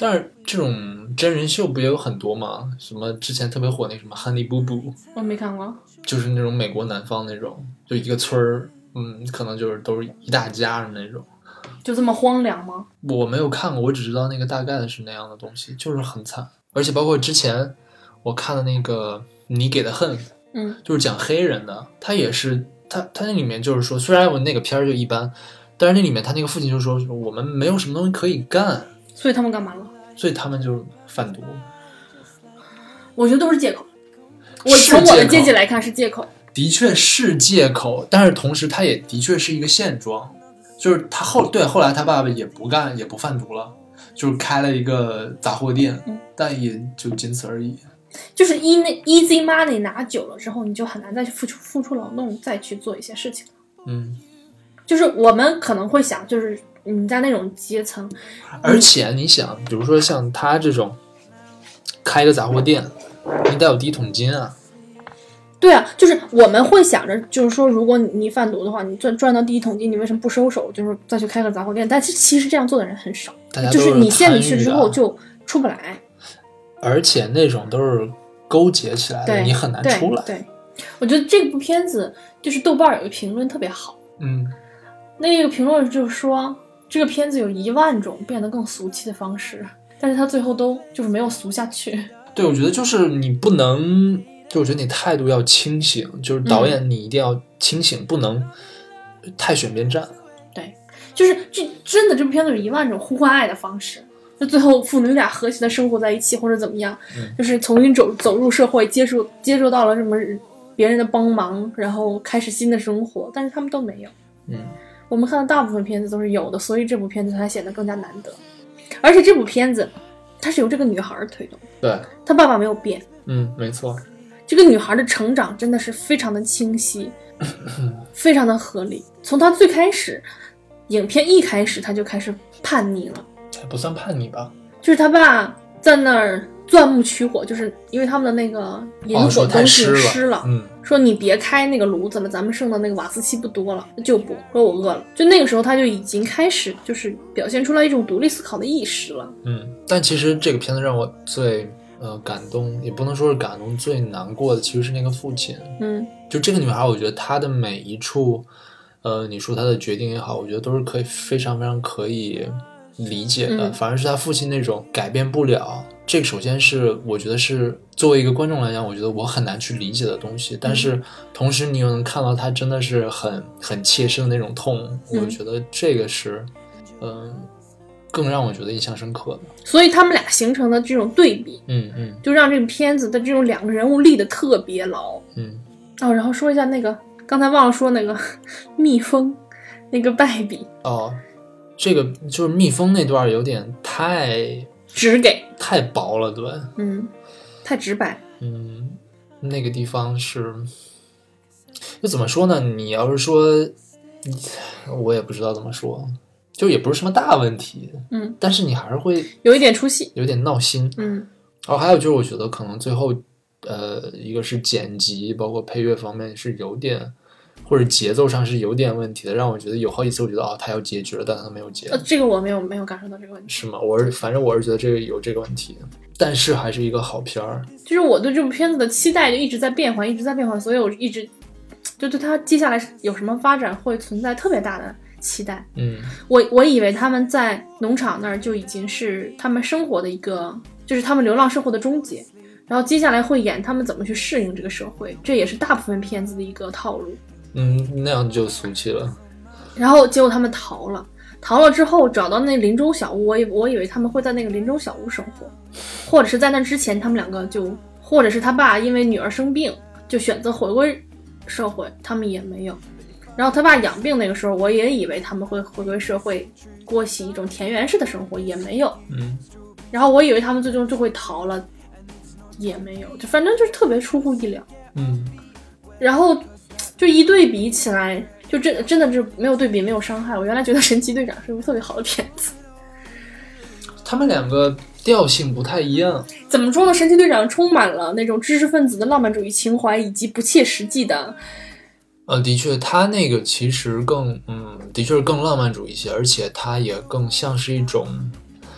但是这种真人秀不也有很多吗？什么之前特别火那什么 Honey Boo Boo， 我没看过， 就是那种美国南方那种，就一个村儿，嗯，可能就是都是一大家人那种。 就这么荒凉吗？ 我没有看过，我只知道那个大概的是那样的东西，就是很惨。而且包括之前我看的那个你给的恨， 嗯， 就是讲黑人的，他也是他他那里面就是说，虽然我那个片儿就一般，但是那里面他那个父亲就说我们没有什么东西可以干， 所以他们干嘛了？ 所以他们就贩毒。 我觉得都是借口，我从我的阶级来看是借口， 的确是借口，但是同时他也的确是一个现状，就是他后对后来他爸爸也不干也不贩毒了，就是开了一个杂货店， 嗯， 但也就仅此而已。 就是 easy money 拿久了之后，你就很难再去付出付出劳动，再去做一些事情。 嗯， 就是我们可能会想，就是你在那种阶层， 而且你想，比如说像他这种开一个杂货店，你得有第一桶金啊。 对啊，就是我们会想着，就是说，如果你贩毒的话，你赚赚到第一桶金，你为什么不收手，就是再去开个杂货店？但其实这样做的人很少， 大家就是你陷进去之后就出不来。 而且那种都是勾结起来的，你很难出来。 对，对我觉得这部片子就是豆瓣有个评论特别好， 嗯， 那个评论就是说，这个片子有一万种变得更俗气的方式，但是他最后都就是没有俗下去。 对，我觉得就是你不能，就我觉得你态度要清醒，就是导演你一定要清醒，嗯、不能太选边站。 对，就是这真的这部片子有一万种呼唤爱的方式。就最后父女俩和谐的生活在一起，或者怎么样， 嗯、 就是重新走走入社会，接受接受到了什么别人的帮忙，然后开始新的生活，但是他们都没有。 嗯， 我们看的大部分片子都是有的，所以这部片子才显得更加难得。而且这部片子它是由这个女孩推动， 对， 她爸爸没有变。 嗯，没错。 这个女孩的成长真的是非常的清晰，非常的合理。从她最开始，影片一开始她就开始叛逆了。 不算叛逆吧， 就是他爸在那儿钻木取火，就是因为他们的那个引火东西湿了， 哦、嗯， 说你别开那个炉子了，咱们剩的那个瓦斯气不多了，就不说我饿了。就那个时候他就已经开始就是表现出来一种独立思考的意识了。 嗯，但其实这个片子让我最呃感动，也不能说是感动，最难过的其实是那个父亲。 嗯， 就这个女孩，我觉得她的每一处，呃，你说她的决定也好，我觉得都是可以非常非常可以理解的， 嗯、 反而是他父亲那种改变不了，这个首先是我觉得是作为一个观众来讲，我觉得我很难去理解的东西，但是同时你又能看到他真的是很很切身的那种痛， 嗯、 我觉得这个是嗯、呃、更让我觉得印象深刻的。 所以他们俩形成的这种对比， 嗯嗯， 就让这个片子的这种两个人物立得特别牢。 嗯， 哦，然后说一下那个刚才忘了说那个蜜蜂那个败笔哦。这个就是蜜蜂那段有点太直给太薄了，对， 嗯，太直白， 嗯，那个地方是，就怎么说呢？你要是说，我也不知道怎么说，就也不是什么大问题， 嗯， 但是你还是会有一点出戏， 有点闹心， 嗯， 然后还有就是，我觉得可能最后，呃，一个是剪辑，包括配乐方面是有点。或者节奏上是有点问题的，让我觉得有好几次我觉得哦，他要结局了，但他没有结。 呃，这个我没有没有感受到这个问题。 是吗？我是反正我是觉得这个有这个问题，但是还是一个好片儿。 就是我对这部片子的期待就一直在变化，一直在变化，所以我一直就对他接下来有什么发展会存在特别大的期待。 嗯， 我我以为他们在农场那儿就已经是他们生活的一个，就是他们流浪生活的终结，然后接下来会演他们怎么去适应这个社会，这也是大部分片子的一个套路。 嗯，那样就俗气了。 然后结果他们逃了，逃了之后找到那林中小屋，我以我以为他们会在那个林中小屋生活，或者是在那之前他们两个就，或者是他爸因为女儿生病就选择回归社会，他们也没有。然后他爸养病那个时候，我也以为他们会回归社会，过起一种田园式的生活，也没有。 嗯。 然后我以为他们最终就会逃了，也没有，就反正就是特别出乎意料。 嗯。 然后。就一对比起来，就真真的是没有对比，没有伤害。我原来觉得神奇队长是一部特别好的片子， 他们两个调性不太一样。 怎么说呢？神奇队长充满了那种知识分子的浪漫主义情怀，以及不切实际的。 呃，的确，他那个其实更，嗯，的确是更浪漫主义一些，而且它也更像是一种，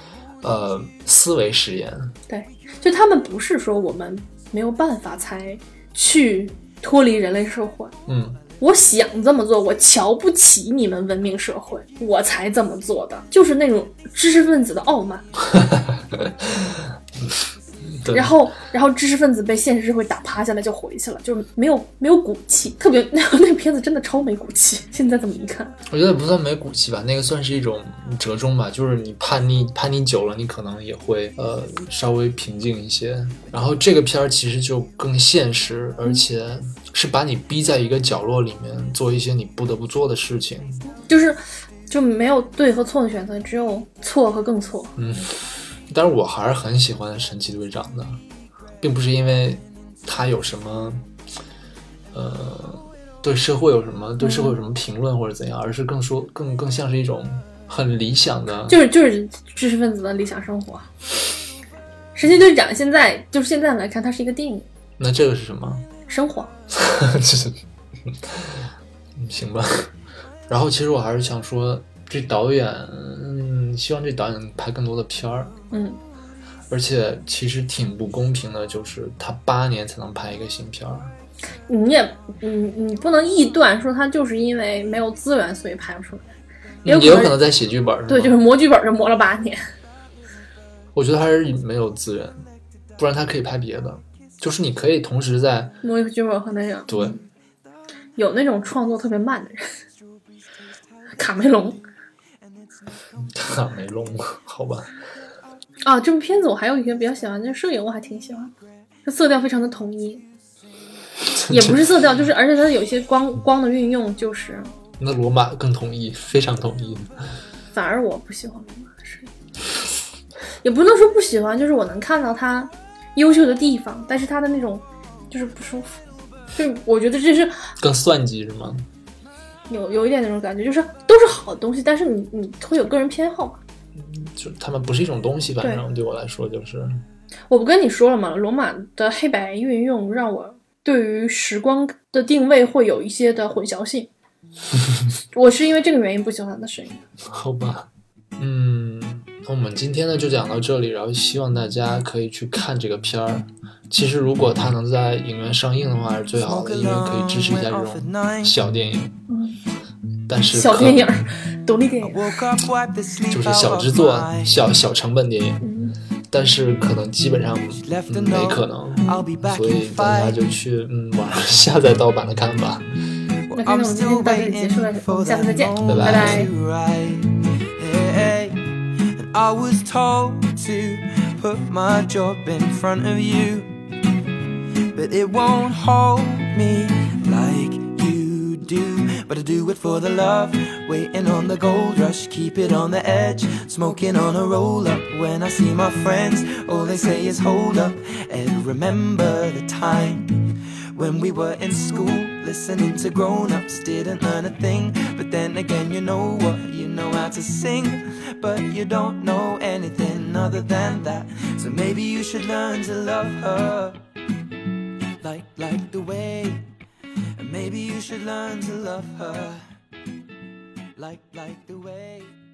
呃思维实验。 对，就他们不是说我们没有办法才去脱离人类社会， 嗯， 我想这么做，我瞧不起你们文明社会，我才这么做的，就是那种知识分子的傲慢。然后，然后知识分子被现实社会打趴下来就回去了，就是没有没有骨气，特别那个那个片子真的超没骨气。现在这么一看， 我觉得不算没骨气吧，那个算是一种折中吧，就是你叛逆叛逆久了，你可能也会呃稍微平静一些。然后这个片儿其实就更现实，而且是把你逼在一个角落里面做一些你不得不做的事情， 就是就没有对和错的选择，只有错和更错。 嗯。但是我还是很喜欢神奇队长的，并不是因为他有什么呃对社会有什么对社会有什么评论或者怎样，而是更说更更像是一种很理想的， 就是就是知识分子的理想生活。神奇队长现在就是现在来看，它是一个电影。 那这个是什么？ 生活。 就是行吧。然后其实我还是想说，这导演，嗯，希望这导演能拍更多的片儿。 嗯， 而且其实挺不公平的，就是他八年才能拍一个新片儿。 你也，你你不能臆断说他就是因为没有资源所以拍不出来，也有可能， 也有可能在写剧本。 对，就是磨剧本就磨了八年。 我觉得还是没有资源，不然他可以拍别的。就是你可以同时在磨剧本和那个， 对， 有那种创作特别慢的人，卡梅隆。 卡梅隆，好吧。 啊，这部片子我还有一个比较喜欢，就是摄影，我还挺喜欢，它色调非常的统一，也不是色调，就是而且它有一些光光的运用，就是那罗马更统一，非常统一。 反而我不喜欢罗马的摄影，也不能说不喜欢，就是我能看到它优秀的地方，但是它的那种就是不舒服，就我觉得这是更算计是吗？ 有有一点那种感觉，就是都是好的东西，但是你你会有个人偏好嘛。 就他们不是一种东西，反正对我来说就是。 我不跟你说了吗？罗马的黑白运用让我对于时光的定位会有一些的混淆性。我是因为这个原因不喜欢他的声音。 好吧，嗯，那我们今天呢就讲到这里，然后希望大家可以去看这个片儿。其实如果它能在影院上映的话是最好的，因为可以支持一下这种小电影。嗯，但是小电影。独立电影就是小制作、小小成本电影，嗯、但是可能基本上、嗯、没可能，所以大家就去嗯网上下载盗版的看吧。 那看，那我们今天到这里结束了，我们下次再见，拜拜。 But I do it for the love, waiting on the gold rush, keep it on the edge, smoking on a roll up. When I see my friends, all they say is hold up, and remember the time when we were in school, listening to grown-ups, didn't learn a thing. But then again, you know what, you know how to sing, but you don't know anything other than that. So maybe you should learn to love her, like, like the way. And maybe you should learn to love her, like, like the way